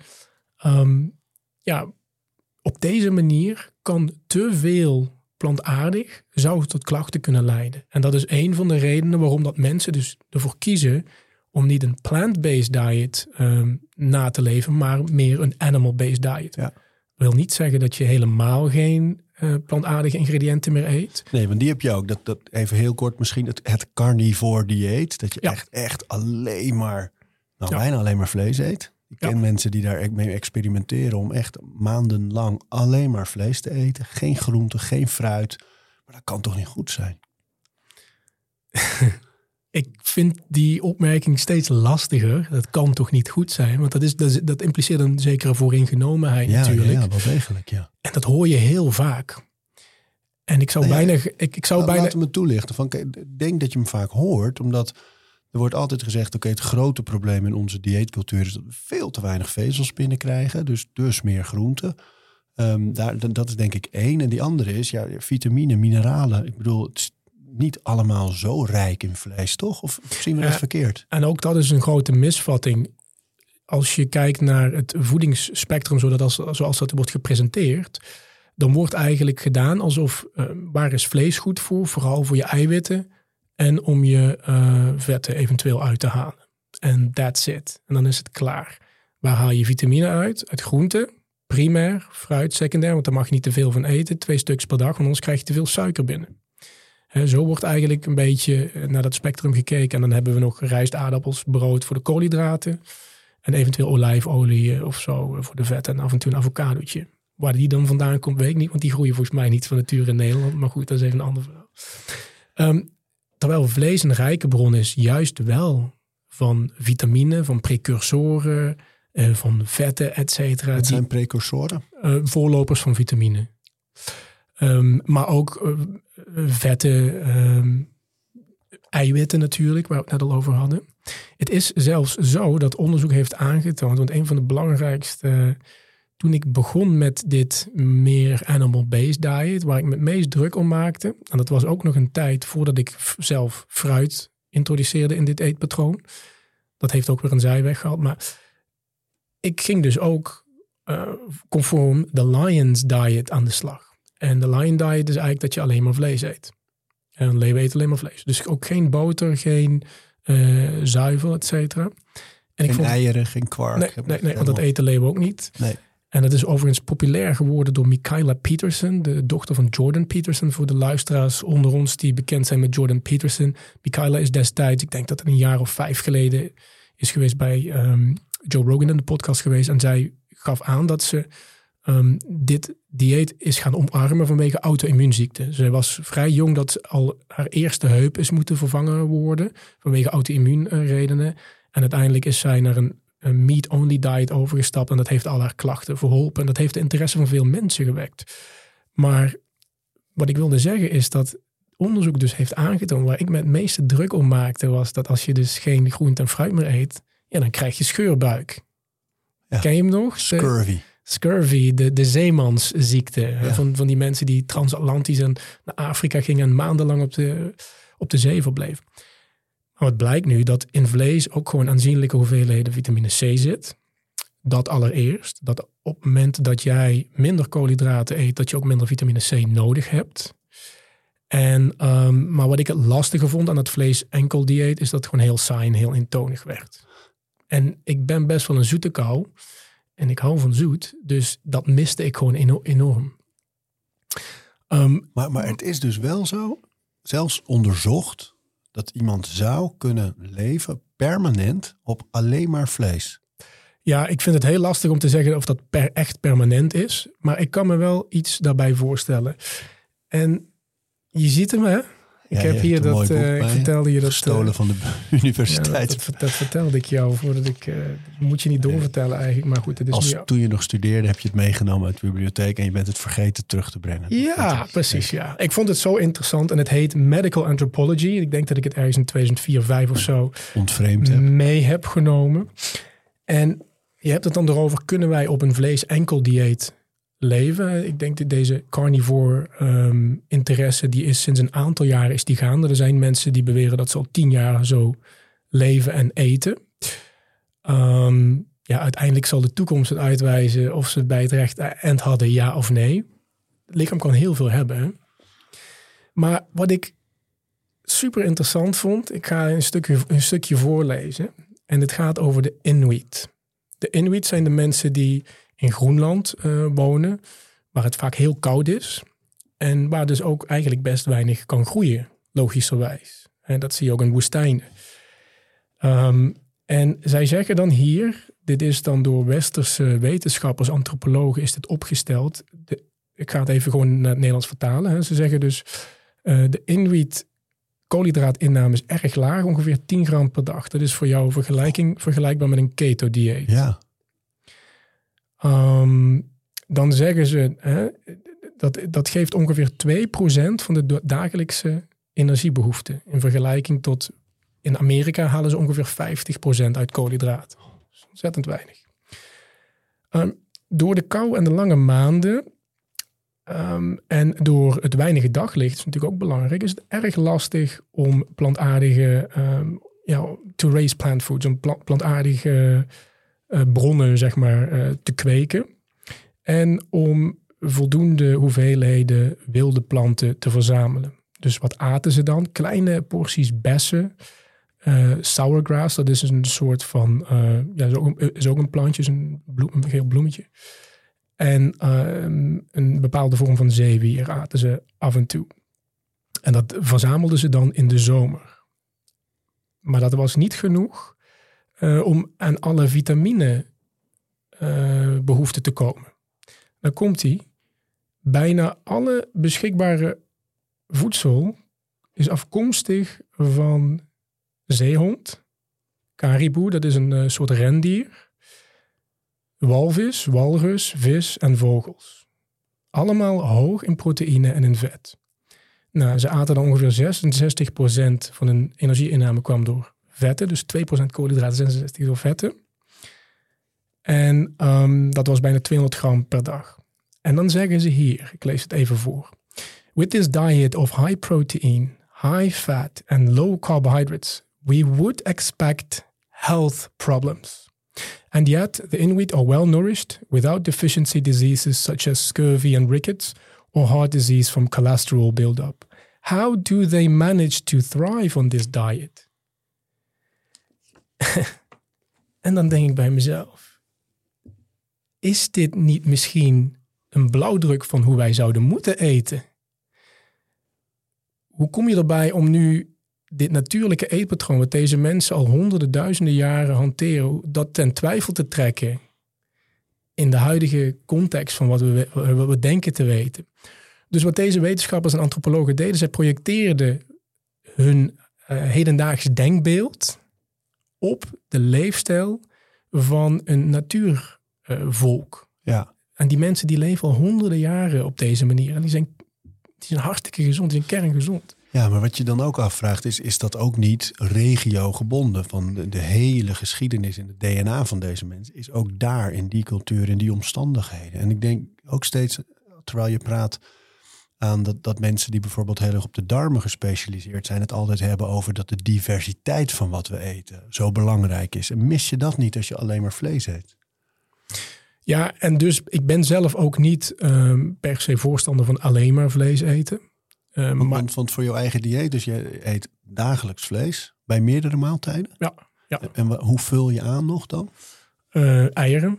op deze manier kan te veel plantaardig, zou tot klachten kunnen leiden. En dat is een van de redenen waarom dat mensen dus ervoor kiezen om niet een plant-based diet na te leven, maar meer een animal-based diet. Ja. Dat wil niet zeggen dat je helemaal geen plantaardige ingrediënten meer eet. Nee, want die heb je ook. Dat even heel kort misschien het carnivore dieet. Dat je echt alleen maar, bijna alleen maar vlees eet. Ik ken mensen die daar mee experimenteren om echt maandenlang alleen maar vlees te eten. Geen groente, geen fruit. Maar dat kan toch niet goed zijn? Ik vind die opmerking steeds lastiger. Dat kan toch niet goed zijn? Want dat impliceert een zekere vooringenomenheid natuurlijk. Ja, wel degelijk, ja. En dat hoor je heel vaak. En ik zou bijna... Laat me toelichten. Ik denk dat je hem vaak hoort, omdat er wordt altijd gezegd, oké, het grote probleem in onze dieetcultuur is dat we veel te weinig vezels binnenkrijgen. Dus meer groenten. Dat is denk ik 1. En die andere is, vitamine, mineralen. Ik bedoel, het is niet allemaal zo rijk in vlees, toch? Of zien we dat verkeerd? En ook dat is een grote misvatting. Als je kijkt naar het voedingsspectrum zoals dat wordt gepresenteerd, dan wordt eigenlijk gedaan alsof waar is vlees goed voor, vooral voor je eiwitten en om je vetten eventueel uit te halen. En that's it. En dan is het klaar. Waar haal je vitamine uit? Uit groenten, primair, fruit, secundair, want daar mag je niet te veel van eten. 2 stuks per dag, want anders krijg je te veel suiker binnen. Zo wordt eigenlijk een beetje naar dat spectrum gekeken. En dan hebben we nog rijst, aardappels, brood voor de koolhydraten. En eventueel olijfolie of zo voor de vet. En af en toe een avocadootje. Waar die dan vandaan komt, weet ik niet. Want die groeien volgens mij niet van nature in Nederland. Maar goed, dat is even een ander verhaal. Terwijl vlees een rijke bron is, juist wel van vitamine, van precursoren, van vetten, et cetera. Wat zijn precursoren? Voorlopers van vitamine. Maar ook vetten, eiwitten natuurlijk, waar we het net al over hadden. Het is zelfs zo dat onderzoek heeft aangetoond, want een van de belangrijkste, toen ik begon met dit meer animal-based diet, waar ik me het meest druk om maakte, en dat was ook nog een tijd voordat ik zelf fruit introduceerde in dit eetpatroon. Dat heeft ook weer een zijweg gehad, maar ik ging dus ook conform de Lions diet aan de slag. En de Lion diet is eigenlijk dat je alleen maar vlees eet. En een leeuw eet alleen maar vlees. Dus ook geen boter, geen zuivel, et cetera. En geen eieren, geen kwark. Nee, want dat eten leeuwen ook niet. Nee. En dat is overigens populair geworden door Mikhaila Peterson, de dochter van Jordan Peterson. Voor de luisteraars onder ons die bekend zijn met Jordan Peterson. Mikhaila is destijds, ik denk dat het een jaar of 5 geleden is geweest bij Joe Rogan in de podcast geweest. En zij gaf aan dat ze dit dieet is gaan omarmen vanwege auto-immuunziekten. Zij was vrij jong dat al haar eerste heup is moeten vervangen worden vanwege auto-immuunredenen. En uiteindelijk is zij naar een meat-only diet overgestapt en dat heeft al haar klachten verholpen. En dat heeft de interesse van veel mensen gewekt. Maar wat ik wilde zeggen is dat onderzoek dus heeft aangetoond, waar ik me het meeste druk om maakte, was dat als je dus geen groente en fruit meer eet, dan krijg je scheurbuik. Ja. Ken je hem nog? Scurvy, de zeemansziekte. Van die mensen die transatlantisch en naar Afrika gingen en maandenlang op de zee verbleven. Maar het blijkt nu dat in vlees ook gewoon aanzienlijke hoeveelheden vitamine C zit. Dat allereerst. Dat op het moment dat jij minder koolhydraten eet, dat je ook minder vitamine C nodig hebt. Maar wat ik het lastige vond aan het vlees-enkel dieet is dat het gewoon heel saai en heel eentonig werd. En ik ben best wel een zoete kou. En ik hou van zoet. Dus dat miste ik gewoon enorm. Maar het is dus wel zo, zelfs onderzocht, dat iemand zou kunnen leven permanent op alleen maar vlees. Ja, ik vind het heel lastig om te zeggen of dat echt permanent is. Maar ik kan me wel iets daarbij voorstellen. En je ziet hem, hè? Ik heb hier dat, ik vertelde je dat... Gestolen van de universiteit. Ja, dat vertelde ik jou voordat ik... moet je niet doorvertellen eigenlijk, maar goed. Het is toen je nog studeerde heb je het meegenomen uit de bibliotheek en je bent het vergeten terug te brengen. Ja, precies, ja. Ik vond het zo interessant en het heet Medical Anthropology. Ik denk dat ik het ergens in 2004, 2005 of zo... ontvreemd mee heb genomen. En je hebt het dan erover, kunnen wij op een vlees-enkel dieet leven? Ik denk dat deze carnivore interesse, die is sinds een aantal jaren is die gaande. Er zijn mensen die beweren dat ze al 10 jaar zo leven en eten. Uiteindelijk zal de toekomst het uitwijzen of ze het bij het rechte eind hadden, ja of nee. Het lichaam kan heel veel hebben. Hè? Maar wat ik super interessant vond, ik ga een stukje voorlezen. En het gaat over de Inuit. De Inuit zijn de mensen die in Groenland wonen, waar het vaak heel koud is. En waar dus ook eigenlijk best weinig kan groeien, logischerwijs. En dat zie je ook in woestijnen. En zij zeggen dan hier, dit is dan door westerse wetenschappers, antropologen, is dit opgesteld. Ik ga het even gewoon naar het Nederlands vertalen. Hè. Ze zeggen dus, de Inuit koolhydraatinname is erg laag, ongeveer 10 gram per dag. Dat is voor jou vergelijkbaar met een keto-dieet. Ja. Dan zeggen ze, dat geeft ongeveer 2% van de dagelijkse energiebehoefte. In vergelijking tot, in Amerika halen ze ongeveer 50% uit koolhydraten. Dat is ontzettend weinig. Door de kou en de lange maanden en door het weinige daglicht, is natuurlijk ook belangrijk, is het erg lastig om plantaardige, to raise plant foods, om plantaardige bronnen, zeg maar, te kweken. En om voldoende hoeveelheden wilde planten te verzamelen. Dus wat aten ze dan? Kleine porties bessen, sourgrass, dat is een soort van, is ook een plantje, een geel bloemetje. En een bepaalde vorm van zeewier aten ze af en toe. En dat verzamelden ze dan in de zomer. Maar dat was niet genoeg om aan alle vitamine behoeften te komen. Dan komt hij. Bijna alle beschikbare voedsel is afkomstig van zeehond, caribou, dat is een soort rendier, walvis, walrus, vis en vogels. Allemaal hoog in proteïne en in vet. Nou, ze aten dan ongeveer 66% van hun energieinname kwam door vetten. Dus 2% koolhydraten, 66% door vetten. En dat was bijna 200 gram per dag. En dan zeggen ze hier, ik lees het even voor. With this diet of high protein, high fat and low carbohydrates, we would expect health problems. And yet, the Inuit are well nourished without deficiency diseases such as scurvy and rickets or heart disease from cholesterol buildup. How do they manage to thrive on this diet? En dan denk ik bij mezelf, is dit niet misschien een blauwdruk van hoe wij zouden moeten eten? Hoe kom je erbij om nu dit natuurlijke eetpatroon, wat deze mensen al honderden, duizenden jaren hanteren, dat ten twijfel te trekken in de huidige context van wat we denken te weten? Dus wat deze wetenschappers en antropologen deden, zij projecteerden hun hedendaags denkbeeld op de leefstijl van een natuurvolk. Ja. En die mensen die leven al honderden jaren op deze manier. En die zijn hartstikke gezond, die zijn kerngezond. Ja, maar wat je dan ook afvraagt is dat ook niet regiogebonden? Van de hele geschiedenis en het DNA van deze mensen is ook daar in die cultuur, in die omstandigheden. En ik denk ook steeds, terwijl je praat aan dat mensen die bijvoorbeeld heel erg op de darmen gespecialiseerd zijn, het altijd hebben over dat de diversiteit van wat we eten zo belangrijk is. En mis je dat niet als je alleen maar vlees eet? Ja, en dus ik ben zelf ook niet per se voorstander van alleen maar vlees eten. Want voor jouw eigen dieet, dus je eet dagelijks vlees bij meerdere maaltijden? Ja. En hoe vul je aan nog dan? Eieren,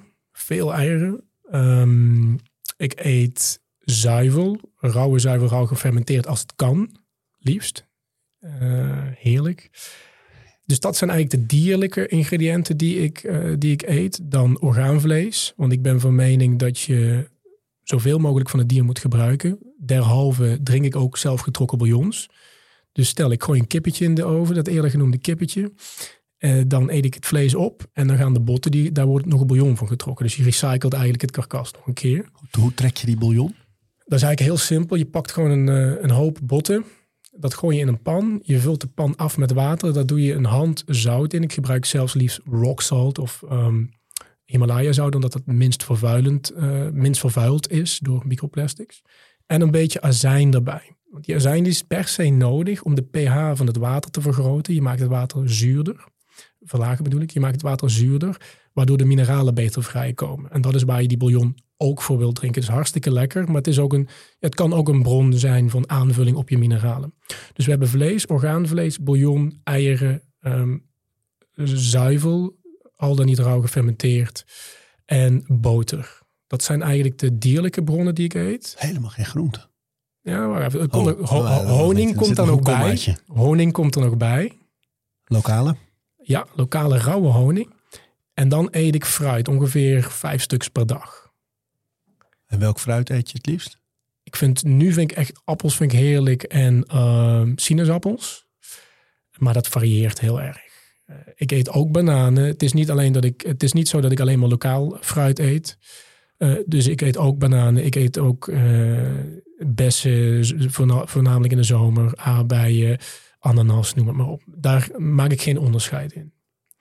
veel eieren. Ik eet zuivel. Rauwe zuivel, rauw gefermenteerd als het kan. Liefst. Heerlijk. Dus dat zijn eigenlijk de dierlijke ingrediënten die ik eet. Dan orgaanvlees. Want ik ben van mening dat je zoveel mogelijk van het dier moet gebruiken. Derhalve drink ik ook zelfgetrokken bouillons. Dus stel ik gooi een kippetje in de oven, dat eerder genoemde kippetje. Dan eet ik het vlees op en dan gaan de botten, daar wordt nog een bouillon van getrokken. Dus je recycelt eigenlijk het karkas nog een keer. Hoe trek je die bouillon? Dat is eigenlijk heel simpel. Je pakt gewoon een hoop botten. Dat gooi je in een pan. Je vult de pan af met water. Daar doe je een hand zout in. Ik gebruik zelfs liefst rock salt of Himalaya zout, omdat het minst vervuild is door microplastics. En een beetje azijn erbij. Want die azijn is per se nodig om de pH van het water te vergroten. Je maakt het water zuurder. Verlagen bedoel ik. Je maakt het water zuurder, waardoor de mineralen beter vrijkomen. En dat is waar je die bouillon ook voor wilt drinken. Het is hartstikke lekker, maar het kan ook een bron zijn van aanvulling op je mineralen. Dus we hebben vlees, orgaanvlees, bouillon, eieren, zuivel, al dan niet rauw gefermenteerd, en boter. Dat zijn eigenlijk de dierlijke bronnen die ik eet. Helemaal geen groente. Ja, maar even. Honing komt dan ook bij. Honing komt er nog bij. Lokale? Ja, lokale rauwe honing. En dan eet ik fruit, ongeveer 5 stuks per dag. En welk fruit eet je het liefst? Nu vind ik echt appels vind ik heerlijk en sinaasappels. Maar dat varieert heel erg. Ik eet ook bananen. Het is niet zo dat ik alleen maar lokaal fruit eet. Dus ik eet ook bananen. Ik eet ook bessen, voornamelijk in de zomer. Aardbeien, ananas, noem het maar op. Daar maak ik geen onderscheid in.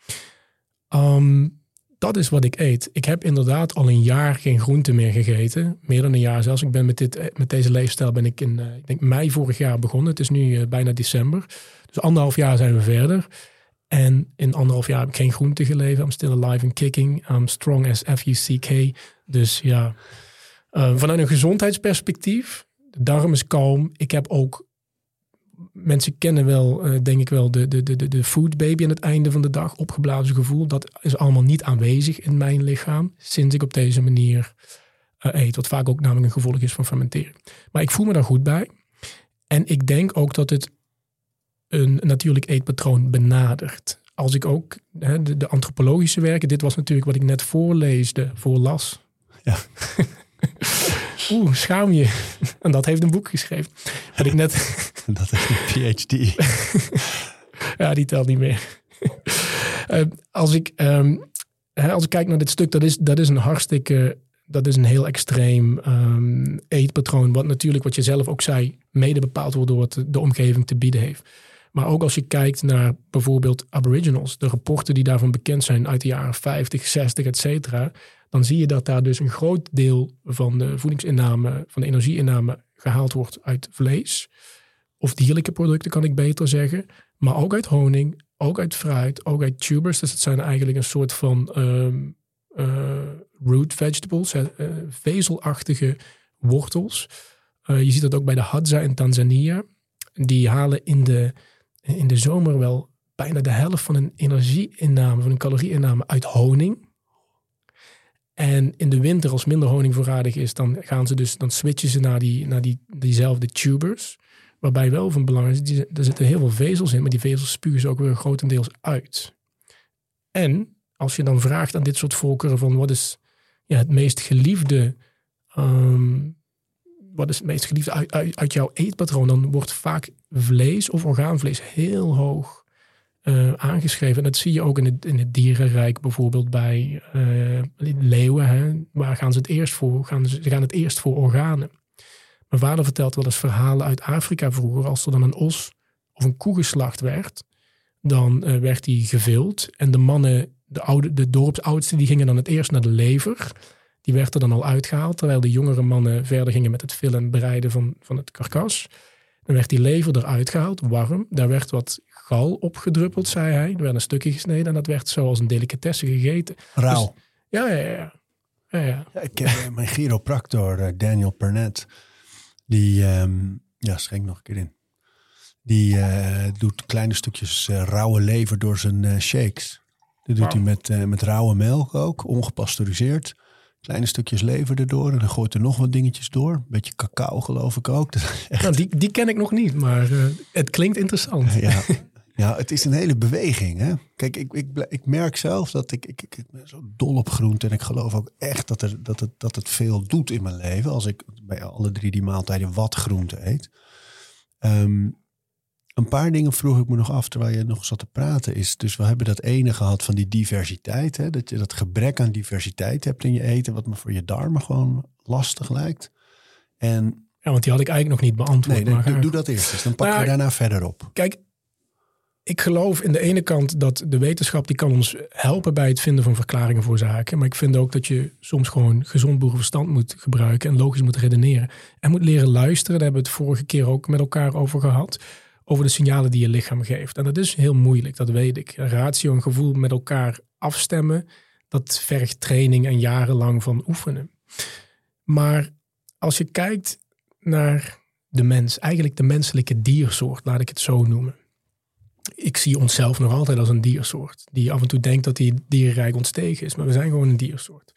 Dat is wat ik eet. Ik heb inderdaad al een jaar geen groente meer gegeten. Meer dan een jaar zelfs. Ik ben met deze leefstijl ben ik in ik denk mei vorig jaar begonnen. Het is nu bijna december. Dus 1,5 jaar zijn we verder. En in 1,5 jaar heb ik geen groente geleven. I'm still alive and kicking. I'm strong as F-U-C-K. Dus ja, vanuit een gezondheidsperspectief, de darm is kalm. Ik heb ook, mensen kennen wel, denk ik wel, de food baby aan het einde van de dag. Opgeblazen gevoel. Dat is allemaal niet aanwezig in mijn lichaam sinds ik op deze manier eet. Wat vaak ook namelijk een gevolg is van fermenteren. Maar ik voel me daar goed bij. En ik denk ook dat het een natuurlijk eetpatroon benadert. Als ik ook de antropologische werken, dit was natuurlijk wat ik net voorlas. Ja. Schaam je. En dat heeft een boek geschreven. Wat ik net... Dat heeft een PhD. Ja, die telt niet meer. Als ik kijk naar dit stuk, dat is een hartstikke... Dat is een heel extreem eetpatroon. Wat natuurlijk, wat je zelf ook zei, mede bepaald wordt door wat de omgeving te bieden heeft. Maar ook als je kijkt naar bijvoorbeeld aboriginals, de rapporten die daarvan bekend zijn uit de jaren 50, 60, et cetera, dan zie je dat daar dus een groot deel van de voedingsinname, van de energieinname gehaald wordt uit vlees. Of dierlijke producten, kan ik beter zeggen. Maar ook uit honing, ook uit fruit, ook uit tubers. Dus het zijn eigenlijk een soort van root vegetables, vezelachtige wortels. Je ziet dat ook bij de Hadza in Tanzania. Die halen in de zomer wel bijna de helft van hun energieinname, van hun calorieinname uit honing. En in de winter, als minder honing voorradig is, dan switchen ze naar diezelfde tubers. Waarbij wel van belang is, er zitten heel veel vezels in, maar die vezels spugen ze ook weer grotendeels uit. En als je dan vraagt aan dit soort volkeren van wat is het meest geliefde uit jouw eetpatroon, dan wordt vaak vlees of orgaanvlees heel hoog aangeschreven. En dat zie je ook in het dierenrijk, bijvoorbeeld bij leeuwen. Hè? Waar gaan ze het eerst voor? Ze gaan het eerst voor organen. Mijn vader vertelt wel eens verhalen uit Afrika vroeger. Als er dan een os of een koe geslacht werd, dan werd die gevild. En de mannen, de dorpsoudsten, die gingen dan het eerst naar de lever. Die werd er dan al uitgehaald, terwijl de jongere mannen verder gingen met het villen en bereiden van het karkas. Dan werd die lever eruit gehaald, warm. Daar werd wat gal opgedruppeld, zei hij. Er werd een stukje gesneden en dat werd zo als een delicatesse gegeten. Rauw. Dus, ja. Ik ken mijn chiropractor, Daniel Pernett. Die, schenk nog een keer in. Die doet kleine stukjes rauwe lever door zijn shakes. Dat doet hij met rauwe melk ook, ongepasteuriseerd. Kleine stukjes lever erdoor en dan gooit er nog wat dingetjes door. Een beetje cacao geloof ik ook. Nou, die ken ik nog niet, maar het klinkt interessant. Ja, het is een hele beweging. Hè? Kijk, ik merk zelf dat ik ben zo dol op groente. En ik geloof ook echt dat het veel doet in mijn leven. Als ik bij alle 3 die maaltijden wat groente eet. Een paar dingen vroeg ik me nog af terwijl je nog zat te praten. Dus we hebben dat ene gehad van die diversiteit. Hè? Dat je dat gebrek aan diversiteit hebt in je eten. Wat me voor je darmen gewoon lastig lijkt. En, ja, want die had ik eigenlijk nog niet beantwoord. Nee, doe dat eerst eens. Dan pakken we daarna verder op. Kijk, ik geloof in de ene kant dat de wetenschap die kan ons helpen bij het vinden van verklaringen voor zaken. Maar ik vind ook dat je soms gewoon gezond boerenverstand moet gebruiken en logisch moet redeneren. En moet leren luisteren. Daar hebben we het vorige keer ook met elkaar over gehad. Over de signalen die je lichaam geeft. En dat is heel moeilijk, dat weet ik. Ratio en gevoel met elkaar afstemmen, dat vergt training en jarenlang van oefenen. Maar als je kijkt naar de mens, eigenlijk de menselijke diersoort, laat ik het zo noemen. Ik zie onszelf nog altijd als een diersoort. Die af en toe denkt dat die dierenrijk ontstegen is. Maar we zijn gewoon een diersoort.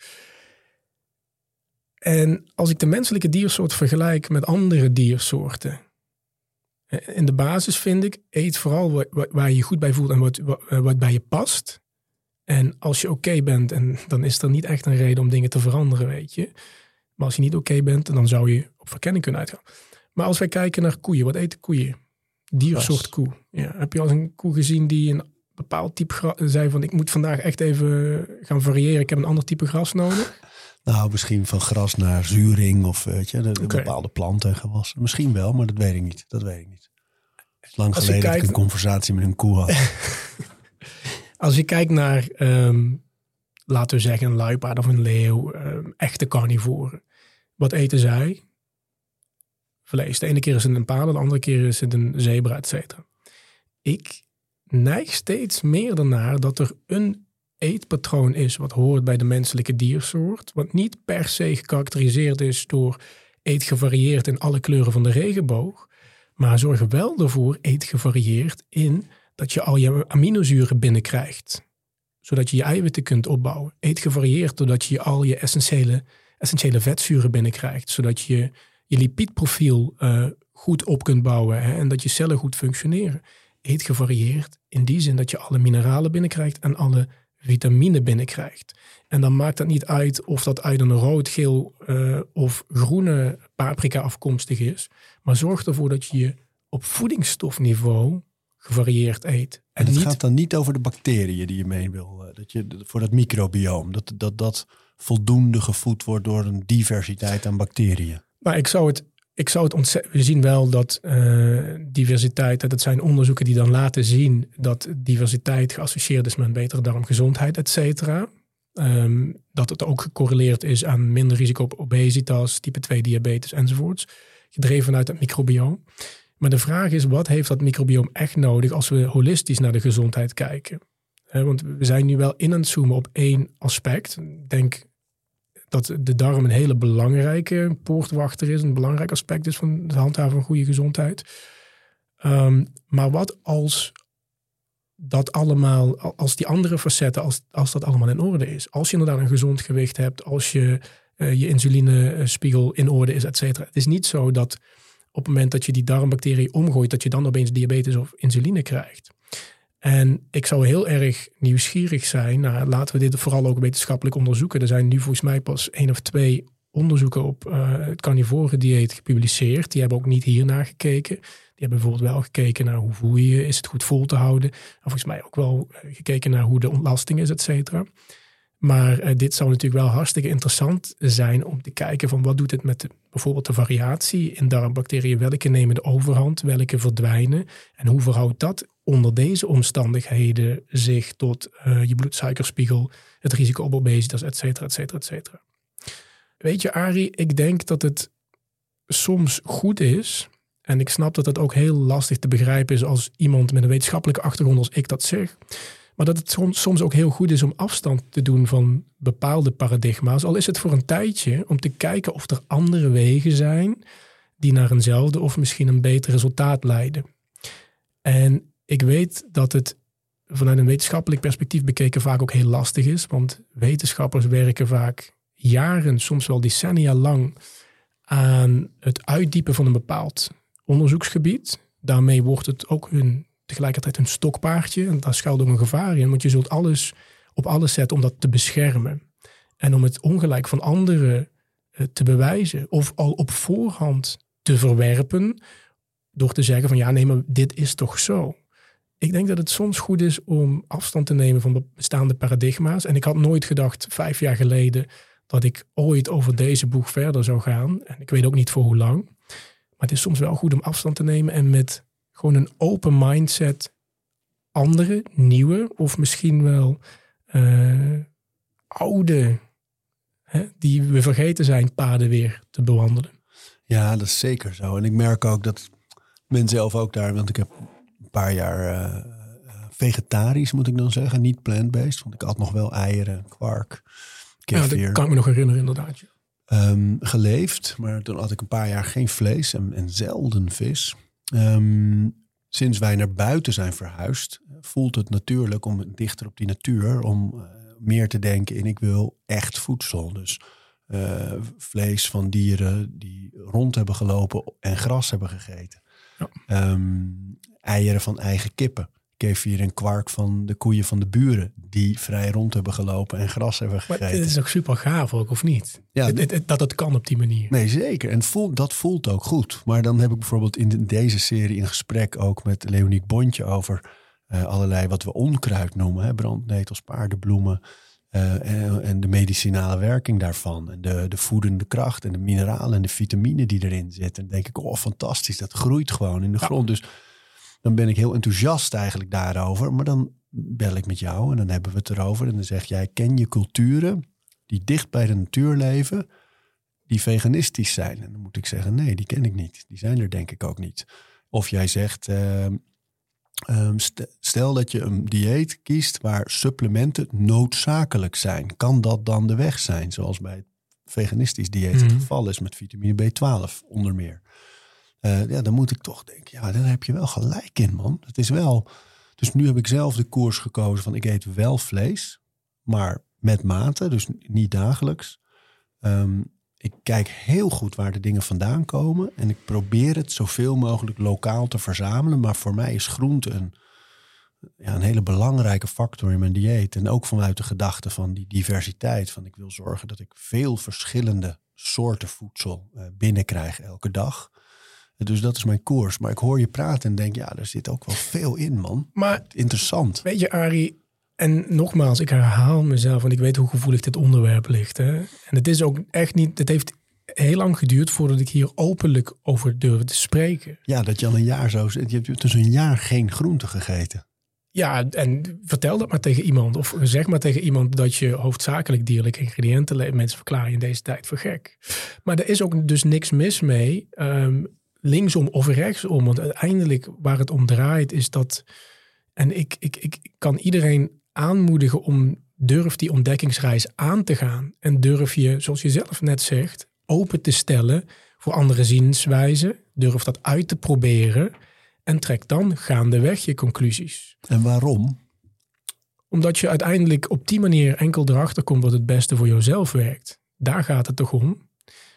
En als ik de menselijke diersoort vergelijk met andere diersoorten. In de basis vind ik, eet vooral waar je je goed bij voelt en wat bij je past. En als je oké bent, en dan is er niet echt een reden om dingen te veranderen, weet je. Maar als je niet oké bent, dan zou je op verkenning kunnen uitgaan. Maar als wij kijken naar koeien, wat eten koeien? Diersoort koe. Ja, heb je al eens een koe gezien die een bepaald type zei van ik moet vandaag echt even gaan variëren. Ik heb een ander type gras nodig. Nou, misschien van gras naar zuring of weet je, bepaalde planten en gewassen. Misschien wel, maar dat weet ik niet. Het is lang geleden dat ik een conversatie met een koe had. Als je kijkt naar, laten we zeggen, een luipaard of een leeuw, echte carnivoren. Wat eten zij? Vlees. De ene keer is het een paarden, de andere keer is het een zebra, et cetera. Ik neig steeds meer ernaar dat er een eetpatroon is wat hoort bij de menselijke diersoort. Wat niet per se gekarakteriseerd is door eet gevarieerd in alle kleuren van de regenboog. Maar zorg er wel ervoor, eet gevarieerd in dat je al je aminozuren binnenkrijgt. Zodat je je eiwitten kunt opbouwen. Eet gevarieerd doordat je al je essentiële vetzuren binnenkrijgt. Zodat je lipidprofiel goed op kunt bouwen. Hè, en dat je cellen goed functioneren. Eet gevarieerd in die zin dat je alle mineralen binnenkrijgt en alle vitamine binnenkrijgt. En dan maakt het niet uit of dat uit een rood, geel of groene paprika afkomstig is. Maar zorg ervoor dat je op voedingsstofniveau gevarieerd eet. En het gaat dan niet over de bacteriën die je mee wil. Dat je voor dat microbioom. Dat voldoende gevoed wordt door een diversiteit aan bacteriën. Maar ik zou het ontzettend. We zien wel dat diversiteit. Dat zijn onderzoeken die dan laten zien dat diversiteit geassocieerd is met een betere darmgezondheid, et cetera. Dat het ook gecorreleerd is aan minder risico op obesitas, type 2 diabetes enzovoorts. Gedreven vanuit het microbioom. Maar de vraag is, wat heeft dat microbioom echt nodig als we holistisch naar de gezondheid kijken? Want we zijn nu wel in aan het zoomen op één aspect. Ik denk dat de darm een hele belangrijke poortwachter is. Een belangrijk aspect is van het handhaven van goede gezondheid. Maar wat als dat allemaal, als die andere facetten, als dat allemaal in orde is? Als je inderdaad een gezond gewicht hebt, als je insulinespiegel in orde is, et cetera. Het is niet zo dat op het moment dat je die darmbacterie omgooit, dat je dan opeens diabetes of insuline krijgt. En ik zou heel erg nieuwsgierig zijn. Nou, laten we dit vooral ook wetenschappelijk onderzoeken. Er zijn nu volgens mij pas 1 of 2 onderzoeken op het carnivore dieet gepubliceerd. Die hebben ook niet hiernaar gekeken. Die hebben bijvoorbeeld wel gekeken naar hoe voel je je, is het goed vol te houden. En volgens mij ook wel gekeken naar hoe de ontlasting is, et cetera. Maar dit zou natuurlijk wel hartstikke interessant zijn om te kijken van wat doet het met bijvoorbeeld de variatie in darmbacteriën. Welke nemen de overhand, welke verdwijnen. En hoe verhoudt dat onder deze omstandigheden zich tot je bloedsuikerspiegel, het risico op obesitas, et cetera, et cetera, et cetera. Weet je, Arie, ik denk dat het soms goed is, en ik snap dat het ook heel lastig te begrijpen is als iemand met een wetenschappelijke achtergrond als ik dat zeg, maar dat het soms ook heel goed is om afstand te doen van bepaalde paradigma's. Al is het voor een tijdje om te kijken of er andere wegen zijn die naar eenzelfde of misschien een beter resultaat leiden. En ik weet dat het vanuit een wetenschappelijk perspectief bekeken vaak ook heel lastig is. Want wetenschappers werken vaak jaren, soms wel decennia lang aan het uitdiepen van een bepaald onderzoeksgebied. Daarmee wordt het ook tegelijkertijd hun stokpaardje. En daar schuilt ook een gevaar in. Want je zult alles op alles zetten om dat te beschermen. En om het ongelijk van anderen te bewijzen. Of al op voorhand te verwerpen. Door te zeggen van ja, nee, maar dit is toch zo. Ik denk dat het soms goed is om afstand te nemen van bestaande paradigma's. En ik had nooit gedacht 5 jaar geleden dat ik ooit over deze boeg verder zou gaan. En ik weet ook niet voor hoe lang. Maar het is soms wel goed om afstand te nemen en met gewoon een open mindset andere, nieuwe of misschien wel oude, die we vergeten zijn, paden weer te bewandelen. Ja, dat is zeker zo. En ik merk ook dat men zelf ook daar, want ik heb een paar jaar vegetarisch, moet ik dan zeggen, niet plant-based. Want ik had nog wel eieren, kwark, kefir. Ja, dat kan ik me nog herinneren inderdaad. Ja. Geleefd, maar toen had ik een paar jaar geen vlees en zelden vis. Sinds wij naar buiten zijn verhuisd, voelt het natuurlijk om dichter op die natuur, om meer te denken in ik wil echt voedsel. Dus vlees van dieren die rond hebben gelopen en gras hebben gegeten. Ja. Eieren van eigen kippen. Kefir en kwark van de koeien van de buren die vrij rond hebben gelopen en gras hebben gegeten. Maar het is ook super gaaf ook, of niet? Ja, dat het kan op die manier. Nee, zeker. En dat voelt ook goed. Maar dan heb ik bijvoorbeeld in deze serie een gesprek ook met Leoniek Bontje over allerlei wat we onkruid noemen. Hè? Brandnetels, paardenbloemen en de medicinale werking daarvan. En de voedende kracht en de mineralen en de vitamine die erin zitten. En dan denk ik, fantastisch, dat groeit gewoon in de grond. Dus dan ben ik heel enthousiast eigenlijk daarover. Maar dan bel ik met jou en dan hebben we het erover. En dan zeg jij, ken je culturen die dicht bij de natuur leven, die veganistisch zijn? En dan moet ik zeggen, nee, die ken ik niet. Die zijn er denk ik ook niet. Of jij zegt, stel dat je een dieet kiest waar supplementen noodzakelijk zijn. Kan dat dan de weg zijn? Zoals bij het veganistisch dieet het geval is met vitamine B12 onder meer. Dan moet ik toch denken, ja, daar heb je wel gelijk in, man. Het is wel. Dus nu heb ik zelf de koers gekozen van ik eet wel vlees, maar met mate, dus niet dagelijks. Ik kijk heel goed waar de dingen vandaan komen en ik probeer het zoveel mogelijk lokaal te verzamelen. Maar voor mij is groente een hele belangrijke factor in mijn dieet. En ook vanuit de gedachte van die diversiteit. Van ik wil zorgen dat ik veel verschillende soorten voedsel binnenkrijg elke dag. Dus dat is mijn koers. Maar ik hoor je praten en denk, ja, er zit ook wel veel in, man. Maar interessant. Weet je, Arie, en nogmaals, ik herhaal mezelf, want ik weet hoe gevoelig dit onderwerp ligt. Hè? En het is ook echt niet, het heeft heel lang geduurd voordat ik hier openlijk over durfde te spreken. Ja, dat je al een jaar zo zit. Je hebt dus een jaar geen groente gegeten. Ja, en vertel dat maar tegen iemand. Of zeg maar tegen iemand dat je hoofdzakelijk dierlijke ingrediënten. Mensen verklaren je in deze tijd voor gek. Maar er is ook dus niks mis mee. Linksom of rechtsom. Want uiteindelijk waar het om draait is dat. En ik kan iedereen aanmoedigen om durf die ontdekkingsreis aan te gaan. En durf je, zoals je zelf net zegt, open te stellen voor andere zienswijzen. Durf dat uit te proberen. En trek dan gaandeweg je conclusies. En waarom? Omdat je uiteindelijk op die manier enkel erachter komt wat het beste voor jezelf werkt. Daar gaat het toch om.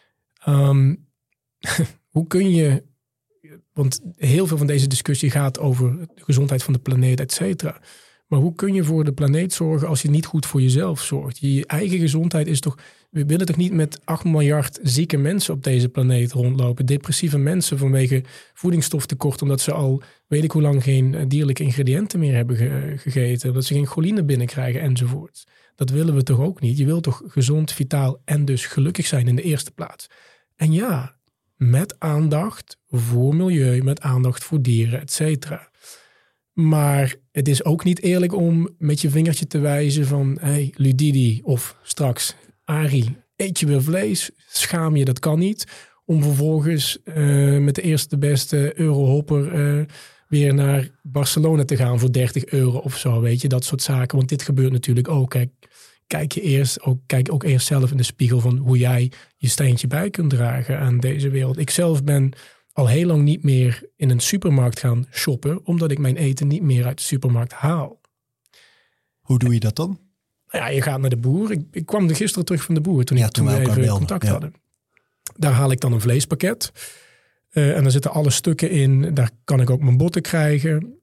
Hoe kun je... Want heel veel van deze discussie gaat over de gezondheid van de planeet, et cetera. Maar hoe kun je voor de planeet zorgen als je niet goed voor jezelf zorgt? Je eigen gezondheid is toch... We willen toch niet met 8 miljard zieke mensen op deze planeet rondlopen? Depressieve mensen vanwege voedingsstoftekort, omdat ze al weet ik hoe lang geen dierlijke ingrediënten meer hebben gegeten. Omdat ze geen choline binnenkrijgen enzovoort. Dat willen we toch ook niet? Je wilt toch gezond, vitaal en dus gelukkig zijn in de eerste plaats? En ja, met aandacht voor milieu, met aandacht voor dieren, et cetera. Maar het is ook niet eerlijk om met je vingertje te wijzen van... Hey, Ludidi of straks Arie, eet je weer vlees? Schaam je, dat kan niet. Om vervolgens met de eerste beste eurohopper weer naar Barcelona te gaan voor €30 of zo. Weet je, dat soort zaken. Want dit gebeurt natuurlijk ook. Kijk ook eerst zelf in de spiegel van hoe jij je steentje bij kunt dragen aan deze wereld. Ik zelf ben al heel lang niet meer in een supermarkt gaan shoppen, omdat ik mijn eten niet meer uit de supermarkt haal. Hoe doe je dat dan? Nou ja, je gaat naar de boer. Ik kwam gisteren terug van de boer toen toen we we elkaar even belden. contact Ja. hadden. Daar haal ik dan een vleespakket. En daar zitten alle stukken in. Daar kan ik ook mijn botten krijgen.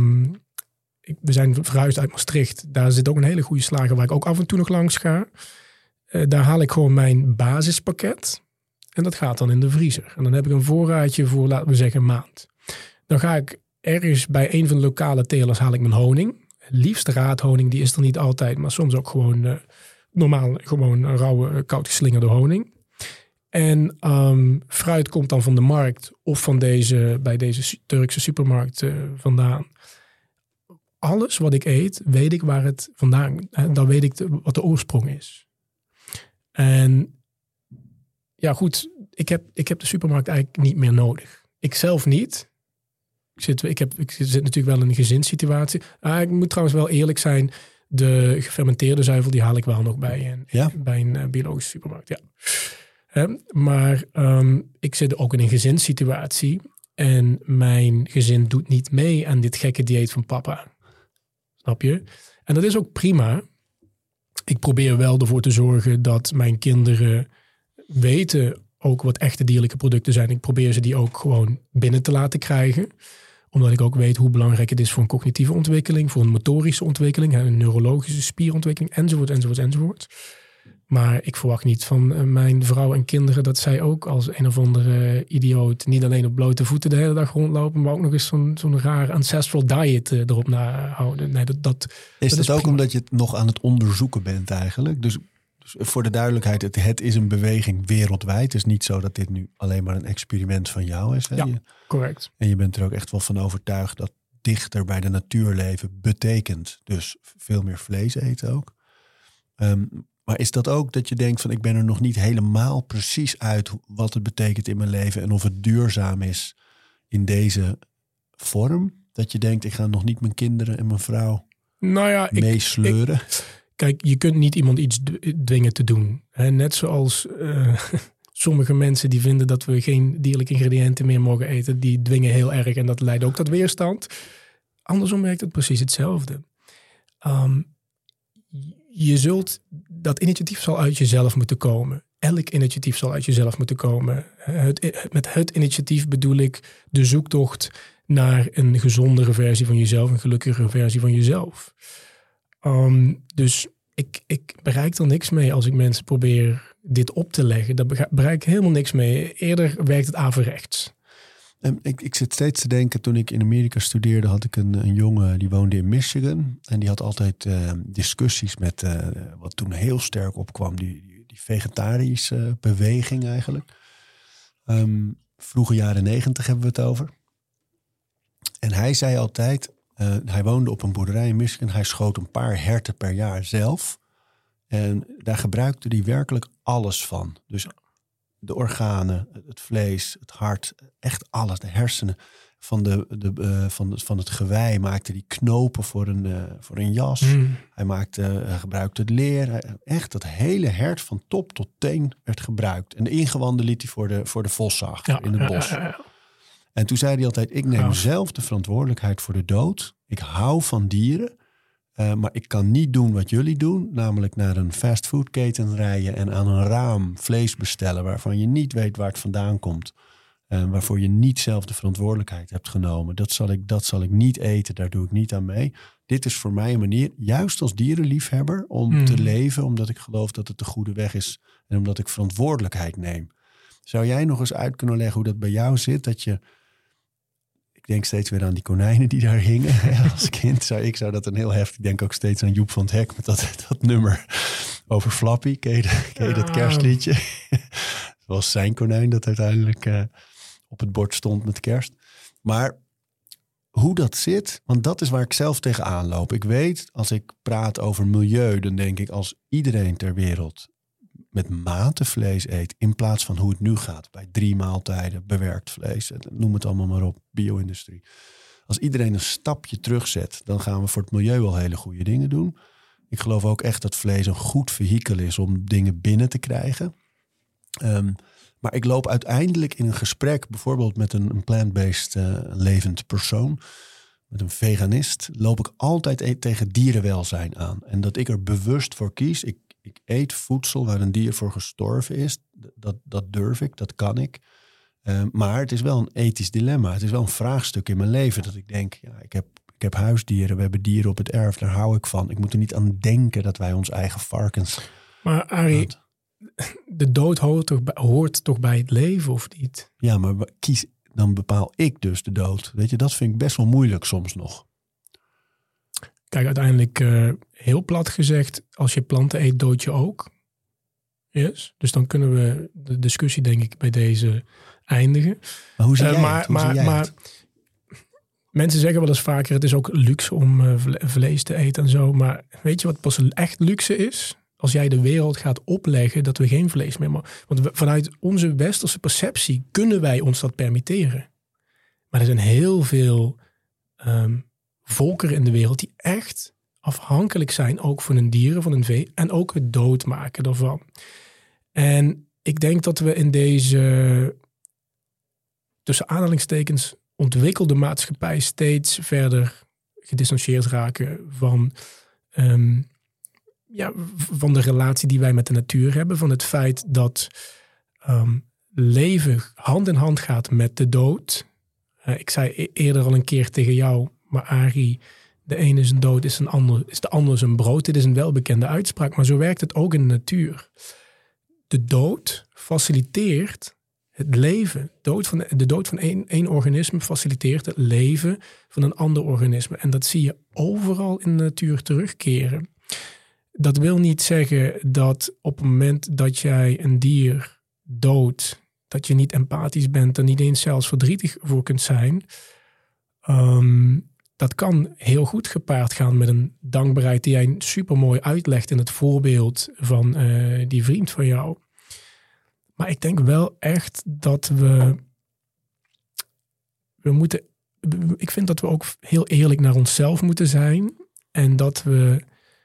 We zijn verhuisd uit Maastricht. Daar zit ook een hele goede slager waar ik ook af en toe nog langs ga. Daar haal ik gewoon mijn basispakket. En dat gaat dan in de vriezer. En dan heb ik een voorraadje voor, laten we zeggen, een maand. Dan ga ik ergens bij een van de lokale telers haal ik mijn honing. Liefst raadhoning, die is er niet altijd. Maar soms ook gewoon normaal, gewoon een rauwe, koud geslingerde honing. En fruit komt dan van de markt of van bij deze Turkse supermarkt vandaan. Alles wat ik eet, weet ik waar het vandaan... Dan weet ik wat de oorsprong is. En ja goed, ik heb de supermarkt eigenlijk niet meer nodig. Ik zelf niet. Ik zit natuurlijk wel in een gezinssituatie. Ik moet trouwens wel eerlijk zijn. De gefermenteerde zuivel, die haal ik wel nog bij een biologische supermarkt. Ja. Maar ik zit ook in een gezinssituatie. En mijn gezin doet niet mee aan dit gekke dieet van papa. Snap je? En dat is ook prima. Ik probeer wel ervoor te zorgen dat mijn kinderen weten ook wat echte dierlijke producten zijn. Ik probeer ze die ook gewoon binnen te laten krijgen. Omdat ik ook weet hoe belangrijk het is voor een cognitieve ontwikkeling, voor een motorische ontwikkeling, een neurologische spierontwikkeling, enzovoort. Maar ik verwacht niet van mijn vrouw en kinderen dat zij ook als een of andere idioot niet alleen op blote voeten de hele dag rondlopen, maar ook nog eens zo'n raar ancestral diet erop nahouden. Nee, dat is ook omdat je het nog aan het onderzoeken bent eigenlijk? Dus voor de duidelijkheid, het is een beweging wereldwijd. Het is niet zo dat dit nu alleen maar een experiment van jou is. Hè? Ja, correct. En je bent er ook echt wel van overtuigd dat dichter bij de natuur leven betekent dus veel meer vlees eten ook. Maar is dat ook dat je denkt van ik ben er nog niet helemaal precies uit wat het betekent in mijn leven en of het duurzaam is in vorm? Dat je denkt ik ga nog niet mijn kinderen en mijn vrouw meesleuren? Kijk, je kunt niet iemand iets dwingen te doen. Net zoals sommige mensen die vinden dat we geen dierlijke ingrediënten meer mogen eten. Die dwingen heel erg en dat leidt ook tot weerstand. Andersom werkt het precies hetzelfde. Dat initiatief zal uit jezelf moeten komen. Elk initiatief zal uit jezelf moeten komen. Met het initiatief bedoel ik de zoektocht naar een gezondere versie van jezelf. Een gelukkigere versie van jezelf. Dus ik bereik er niks mee als ik mensen probeer dit op te leggen. Daar bereik ik helemaal niks mee. Eerder werkt het averechts. Ik zit steeds te denken, toen ik in Amerika studeerde, had ik een jongen die woonde in Michigan. En die had altijd discussies met wat toen heel sterk opkwam, die vegetarische beweging eigenlijk. Vroege jaren 90 hebben we het over. En hij zei altijd, hij woonde op een boerderij in Michigan. Hij schoot een paar herten per jaar zelf. En daar gebruikte hij werkelijk alles van. Dus de organen, het vlees, het hart, echt alles. De hersenen van het gewei maakte hij knopen voor een jas. Hij gebruikte het leer. Echt dat hele hert van top tot teen werd gebruikt. En de ingewanden liet hij voor de voszager in het bos. Ja. En toen zei hij altijd, ik neem zelf de verantwoordelijkheid voor de dood. Ik hou van dieren. Maar ik kan niet doen wat jullie doen. Namelijk naar een fastfoodketen rijden en aan een raam vlees bestellen waarvan je niet weet waar het vandaan komt. Waarvoor je niet zelf de verantwoordelijkheid hebt genomen. Dat zal ik niet eten, daar doe ik niet aan mee. Dit is voor mij een manier, juist als dierenliefhebber, om te leven. Omdat ik geloof dat het de goede weg is. En omdat ik verantwoordelijkheid neem. Zou jij nog eens uit kunnen leggen hoe dat bij jou zit? Dat je... Ik denk steeds weer aan die konijnen die daar hingen. Als kind ik zou dat een heel heftig... Ik denk ook steeds aan Joep van het Hek met dat nummer over Flappy. Ken je dat kerstliedje? Het was zijn konijn dat uiteindelijk op het bord stond met kerst. Maar hoe dat zit, want dat is waar ik zelf tegenaan loop. Ik weet, als ik praat over milieu, dan denk ik als iedereen ter wereld met mate vlees eet, in plaats van hoe het nu gaat, bij 3 maaltijden, bewerkt vlees, noem het allemaal maar op, bio-industrie. Als iedereen een stapje terugzet, dan gaan we voor het milieu wel hele goede dingen doen. Ik geloof ook echt dat vlees een goed vehikel is om dingen binnen te krijgen. Maar ik loop uiteindelijk in een gesprek, bijvoorbeeld met een plant-based levend persoon, met een veganist, loop ik altijd tegen dierenwelzijn aan. En dat ik er bewust voor kies. Ik eet voedsel waar een dier voor gestorven is. Dat durf ik, dat kan ik. Maar het is wel een ethisch dilemma. Het is wel een vraagstuk in mijn leven dat ik denk, ja, ik heb huisdieren, we hebben dieren op het erf, daar hou ik van. Ik moet er niet aan denken dat wij ons eigen varkens... Maar Arie, de dood hoort toch bij het leven, of niet? Ja, maar dan bepaal ik dus de dood. Weet je, dat vind ik best wel moeilijk soms nog. Kijk, uiteindelijk heel plat gezegd, als je planten eet, dood je ook. Yes? Dus dan kunnen we de discussie, denk ik, bij deze eindigen. Maar hoe zie jij het? Maar mensen zeggen wel eens vaker, het is ook luxe om vlees te eten en zo. Maar weet je wat pas echt luxe is? Als jij de wereld gaat opleggen dat we geen vlees meer mogen. Want vanuit onze westerse perceptie kunnen wij ons dat permitteren. Maar er zijn heel veel volkeren in de wereld die echt afhankelijk zijn ook van hun dieren, van hun vee. En ook het doodmaken daarvan. En ik denk dat we in deze, tussen aanhalingstekens, ontwikkelde maatschappij steeds verder gedistanceerd raken van van de relatie die wij met de natuur hebben. Van het feit dat leven hand in hand gaat met de dood. Ik zei eerder al een keer tegen jou, maar Arie, de ene is een dood, is de ander is een brood. Dit is een welbekende uitspraak, maar zo werkt het ook in de natuur. De dood faciliteert het leven. De dood van één organisme faciliteert het leven van een ander organisme. En dat zie je overal in de natuur terugkeren. Dat wil niet zeggen dat op het moment dat jij een dier doodt, dat je niet empathisch bent en niet eens zelfs verdrietig voor kunt zijn. Dat kan heel goed gepaard gaan met een dankbaarheid die jij supermooi uitlegt in het voorbeeld van die vriend van jou. Maar ik denk wel echt dat we moeten... Ik vind dat we ook heel eerlijk naar onszelf moeten zijn. En dat we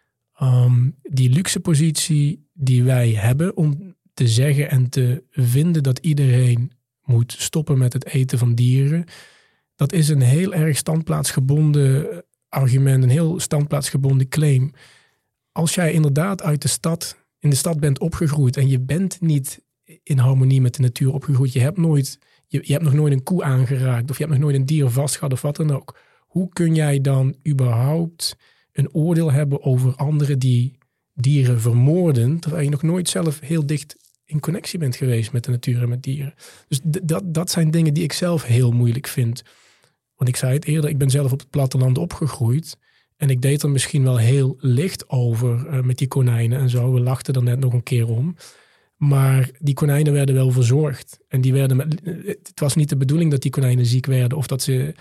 die luxe positie die wij hebben om te zeggen en te vinden dat iedereen moet stoppen met het eten van dieren. Dat is een heel erg standplaatsgebonden argument, een heel standplaatsgebonden claim. Als jij inderdaad in de stad bent opgegroeid en je bent niet in harmonie met de natuur opgegroeid, je hebt nog nooit een koe aangeraakt of je hebt nog nooit een dier vastgehad of wat dan ook. Hoe kun jij dan überhaupt een oordeel hebben over anderen die dieren vermoorden, terwijl je nog nooit zelf heel dicht in connectie bent geweest met de natuur en met dieren? Dus dat zijn dingen die ik zelf heel moeilijk vind. Want ik zei het eerder, ik ben zelf op het platteland opgegroeid en ik deed er misschien wel heel licht over met die konijnen en zo. We lachten er net nog een keer om. Maar die konijnen werden wel verzorgd. En het was niet de bedoeling dat die konijnen ziek werden of dat ze,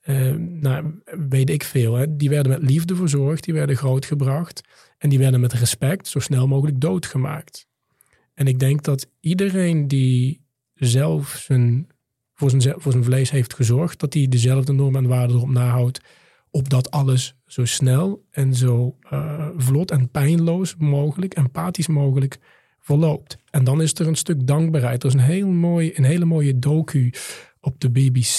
weet ik veel. Hè. Die werden met liefde verzorgd, die werden grootgebracht en die werden met respect zo snel mogelijk doodgemaakt. En ik denk dat iedereen die zelf voor zijn vlees heeft gezorgd, dat hij dezelfde normen en waarden erop nahoudt, opdat alles zo snel en zo vlot en pijnloos mogelijk, empathisch mogelijk verloopt. En dan is er een stuk dankbaarheid. Er is een hele mooie docu op de BBC.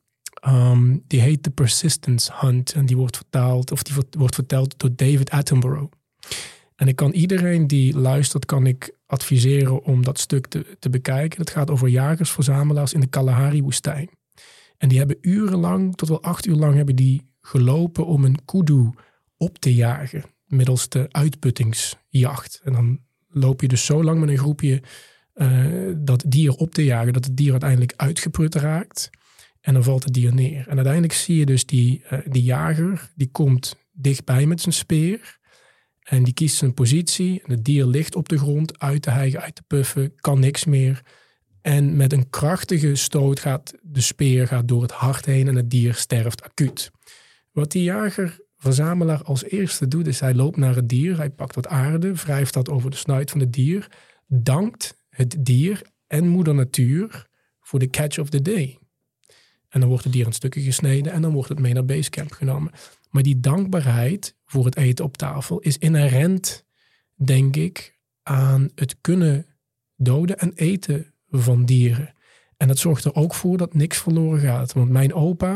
Die heet The Persistence Hunt. En die wordt verteld door David Attenborough. En ik kan iedereen die luistert, kan ik adviseren om dat stuk te bekijken. Het gaat over jagers-verzamelaars in de Kalahari-woestijn. En die hebben urenlang, tot wel 8 uur lang, hebben die gelopen om een kudu op te jagen. Middels de uitputtingsjacht. En dan loop je dus zo lang met een groepje dat dier op te jagen, dat het dier uiteindelijk uitgeput raakt. En dan valt het dier neer. En uiteindelijk zie je dus die jager, die komt dichtbij met zijn speer. En die kiest zijn positie. En het dier ligt op de grond, uit te hijgen, uit te puffen, kan niks meer. En met een krachtige stoot gaat de speer door het hart heen en het dier sterft acuut. Wat die jager-verzamelaar als eerste doet, is hij loopt naar het dier. Hij pakt wat aarde, wrijft dat over de snuit van het dier. Dankt het dier en moeder natuur voor de catch of the day. En dan wordt het dier in stukken gesneden en dan wordt het mee naar basecamp genomen. Maar die dankbaarheid voor het eten op tafel is inherent, denk ik, aan het kunnen doden en eten van dieren. En dat zorgt er ook voor dat niks verloren gaat. Want mijn opa,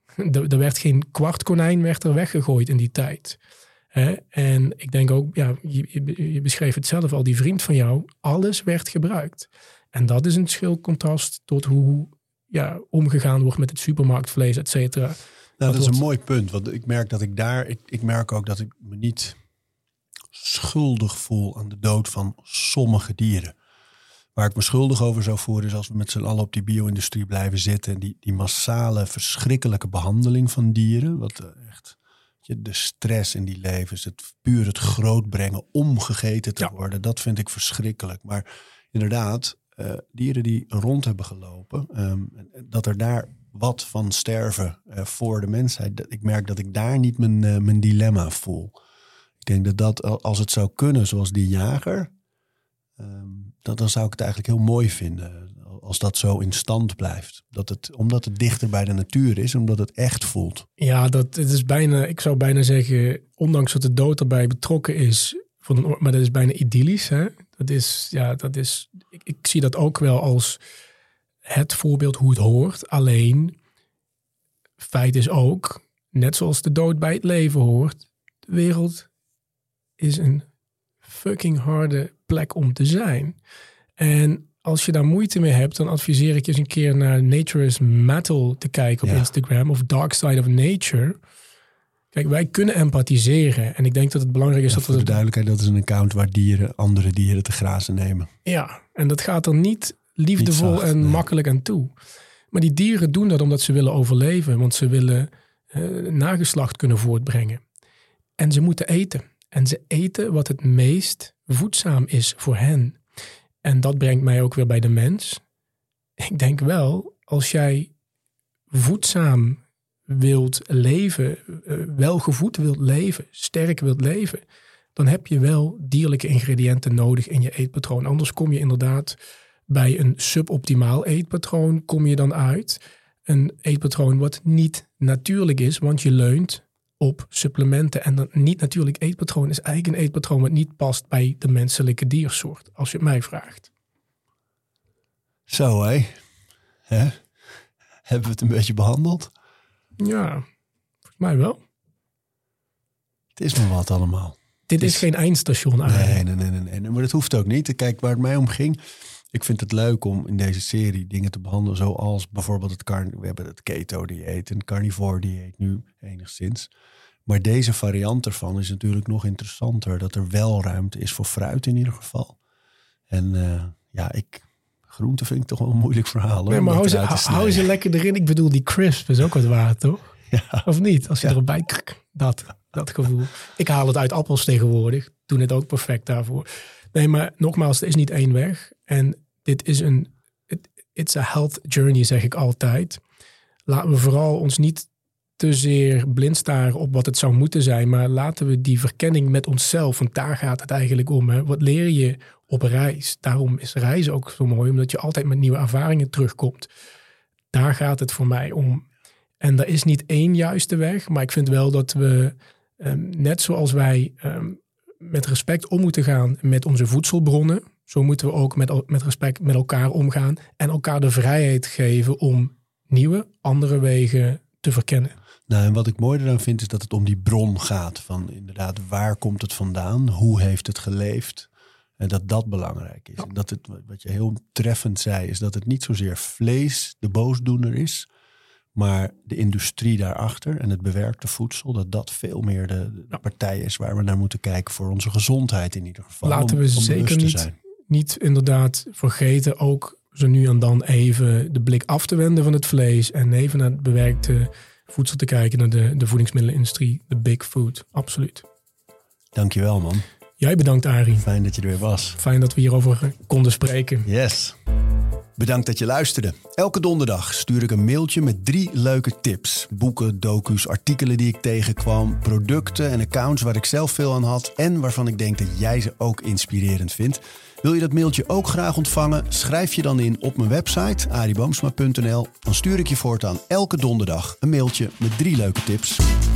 Er werd geen kwartkonijn werd er weggegooid in die tijd. En ik denk ook, je beschreef het zelf al, die vriend van jou, alles werd gebruikt. En dat is een schil contrast tot hoe omgegaan wordt met het supermarktvlees, et cetera. Nou, dat is een mooi punt. Want ik merk dat ik merk ook dat ik me niet schuldig voel aan de dood van sommige dieren. Waar ik me schuldig over zou voelen is als we met z'n allen op die bio-industrie blijven zitten. En die massale, verschrikkelijke behandeling van dieren. Wat echt de stress in die levens, het grootbrengen om gegeten te worden. Dat vind ik verschrikkelijk. Maar inderdaad, dieren die rond hebben gelopen, dat er daar wat van sterven voor de mensheid. Ik merk dat ik daar niet mijn dilemma voel. Ik denk dat als het zou kunnen zoals die jager, dan zou ik het eigenlijk heel mooi vinden als dat zo in stand blijft. Omdat het dichter bij de natuur is, omdat het echt voelt. Ja, het is bijna, ik zou bijna zeggen, ondanks dat de dood erbij betrokken is, maar dat is bijna idyllisch. Hè? Ik zie dat ook wel als het voorbeeld hoe het hoort. Alleen, feit is ook, net zoals de dood bij het leven hoort, de wereld is een fucking harde plek om te zijn. En als je daar moeite mee hebt, dan adviseer ik je eens een keer naar Nature is Metal te kijken op Instagram of Dark Side of Nature. Kijk, wij kunnen empathiseren. En ik denk dat het belangrijk is dat we... Voor de duidelijkheid, dat is een account waar andere dieren te grazen nemen. Ja, en dat gaat er niet liefdevol niet zacht, en makkelijk aan toe. Maar die dieren doen dat omdat ze willen overleven. Want ze willen nageslacht kunnen voortbrengen. En ze moeten eten. En ze eten wat het meest voedzaam is voor hen. En dat brengt mij ook weer bij de mens. Ik denk wel, als jij voedzaam wilt leven, welgevoed wilt leven, sterk wilt leven, dan heb je wel dierlijke ingrediënten nodig in je eetpatroon. Anders kom je inderdaad bij een suboptimaal eetpatroon, kom je dan uit. Een eetpatroon wat niet natuurlijk is, want je leunt op supplementen. En dat niet natuurlijk eetpatroon is eigenlijk een eetpatroon wat niet past bij de menselijke diersoort, als je het mij vraagt. Zo, hè? Hebben we het een beetje behandeld? Ja, volgens mij wel. Het is maar wat allemaal. Dit is geen eindstation eigenlijk. Nee. Maar dat hoeft ook niet. Kijk, waar het mij om ging. Ik vind het leuk om in deze serie dingen te behandelen. Zoals bijvoorbeeld we hebben het keto-dieet en het carnivore-dieet nu enigszins. Maar deze variant ervan is natuurlijk nog interessanter. Dat er wel ruimte is voor fruit in ieder geval. En groente vind ik toch wel een moeilijk verhaal. Hoor, nee, maar hou ze lekker erin. Ik bedoel, die crisp is ook wat waard, toch? Ja. Of niet? Als je erop bij... Dat gevoel. Ik haal het uit appels tegenwoordig. Doen het ook perfect daarvoor. Nee, maar nogmaals, er is niet één weg. En dit is it's a health journey, zeg ik altijd. Laten we vooral ons niet te zeer blind staren op wat het zou moeten zijn. Maar laten we die verkenning met onszelf, want daar gaat het eigenlijk om. Hè? Wat leer je op reis? Daarom is reizen ook zo mooi, omdat je altijd met nieuwe ervaringen terugkomt. Daar gaat het voor mij om. En er is niet één juiste weg, maar ik vind wel dat we, net zoals wij met respect om moeten gaan met onze voedselbronnen, zo moeten we ook met respect met elkaar omgaan en elkaar de vrijheid geven om nieuwe, andere wegen te verkennen. Nou, en wat ik mooi eraan vind is dat het om die bron gaat. Van inderdaad, waar komt het vandaan? Hoe heeft het geleefd? En dat belangrijk is. Ja. En dat het, wat je heel treffend zei, is dat het niet zozeer vlees de boosdoener is, maar de industrie daarachter en het bewerkte voedsel, dat veel meer de partij is waar we naar moeten kijken voor onze gezondheid in ieder geval. Laten we zeker niet inderdaad vergeten ook zo nu en dan even de blik af te wenden van het vlees en even naar het bewerkte voedsel te kijken, naar de voedingsmiddelenindustrie, de big food. Absoluut. Dankjewel, man. Jij bedankt, Arie. Fijn dat je er weer was. Fijn dat we hierover konden spreken. Yes. Bedankt dat je luisterde. Elke donderdag stuur ik een mailtje met 3 leuke tips. Boeken, docu's, artikelen die ik tegenkwam, producten en accounts waar ik zelf veel aan had en waarvan ik denk dat jij ze ook inspirerend vindt. Wil je dat mailtje ook graag ontvangen? Schrijf je dan in op mijn website arieboomsma.nl. Dan stuur ik je voortaan elke donderdag een mailtje met 3 leuke tips.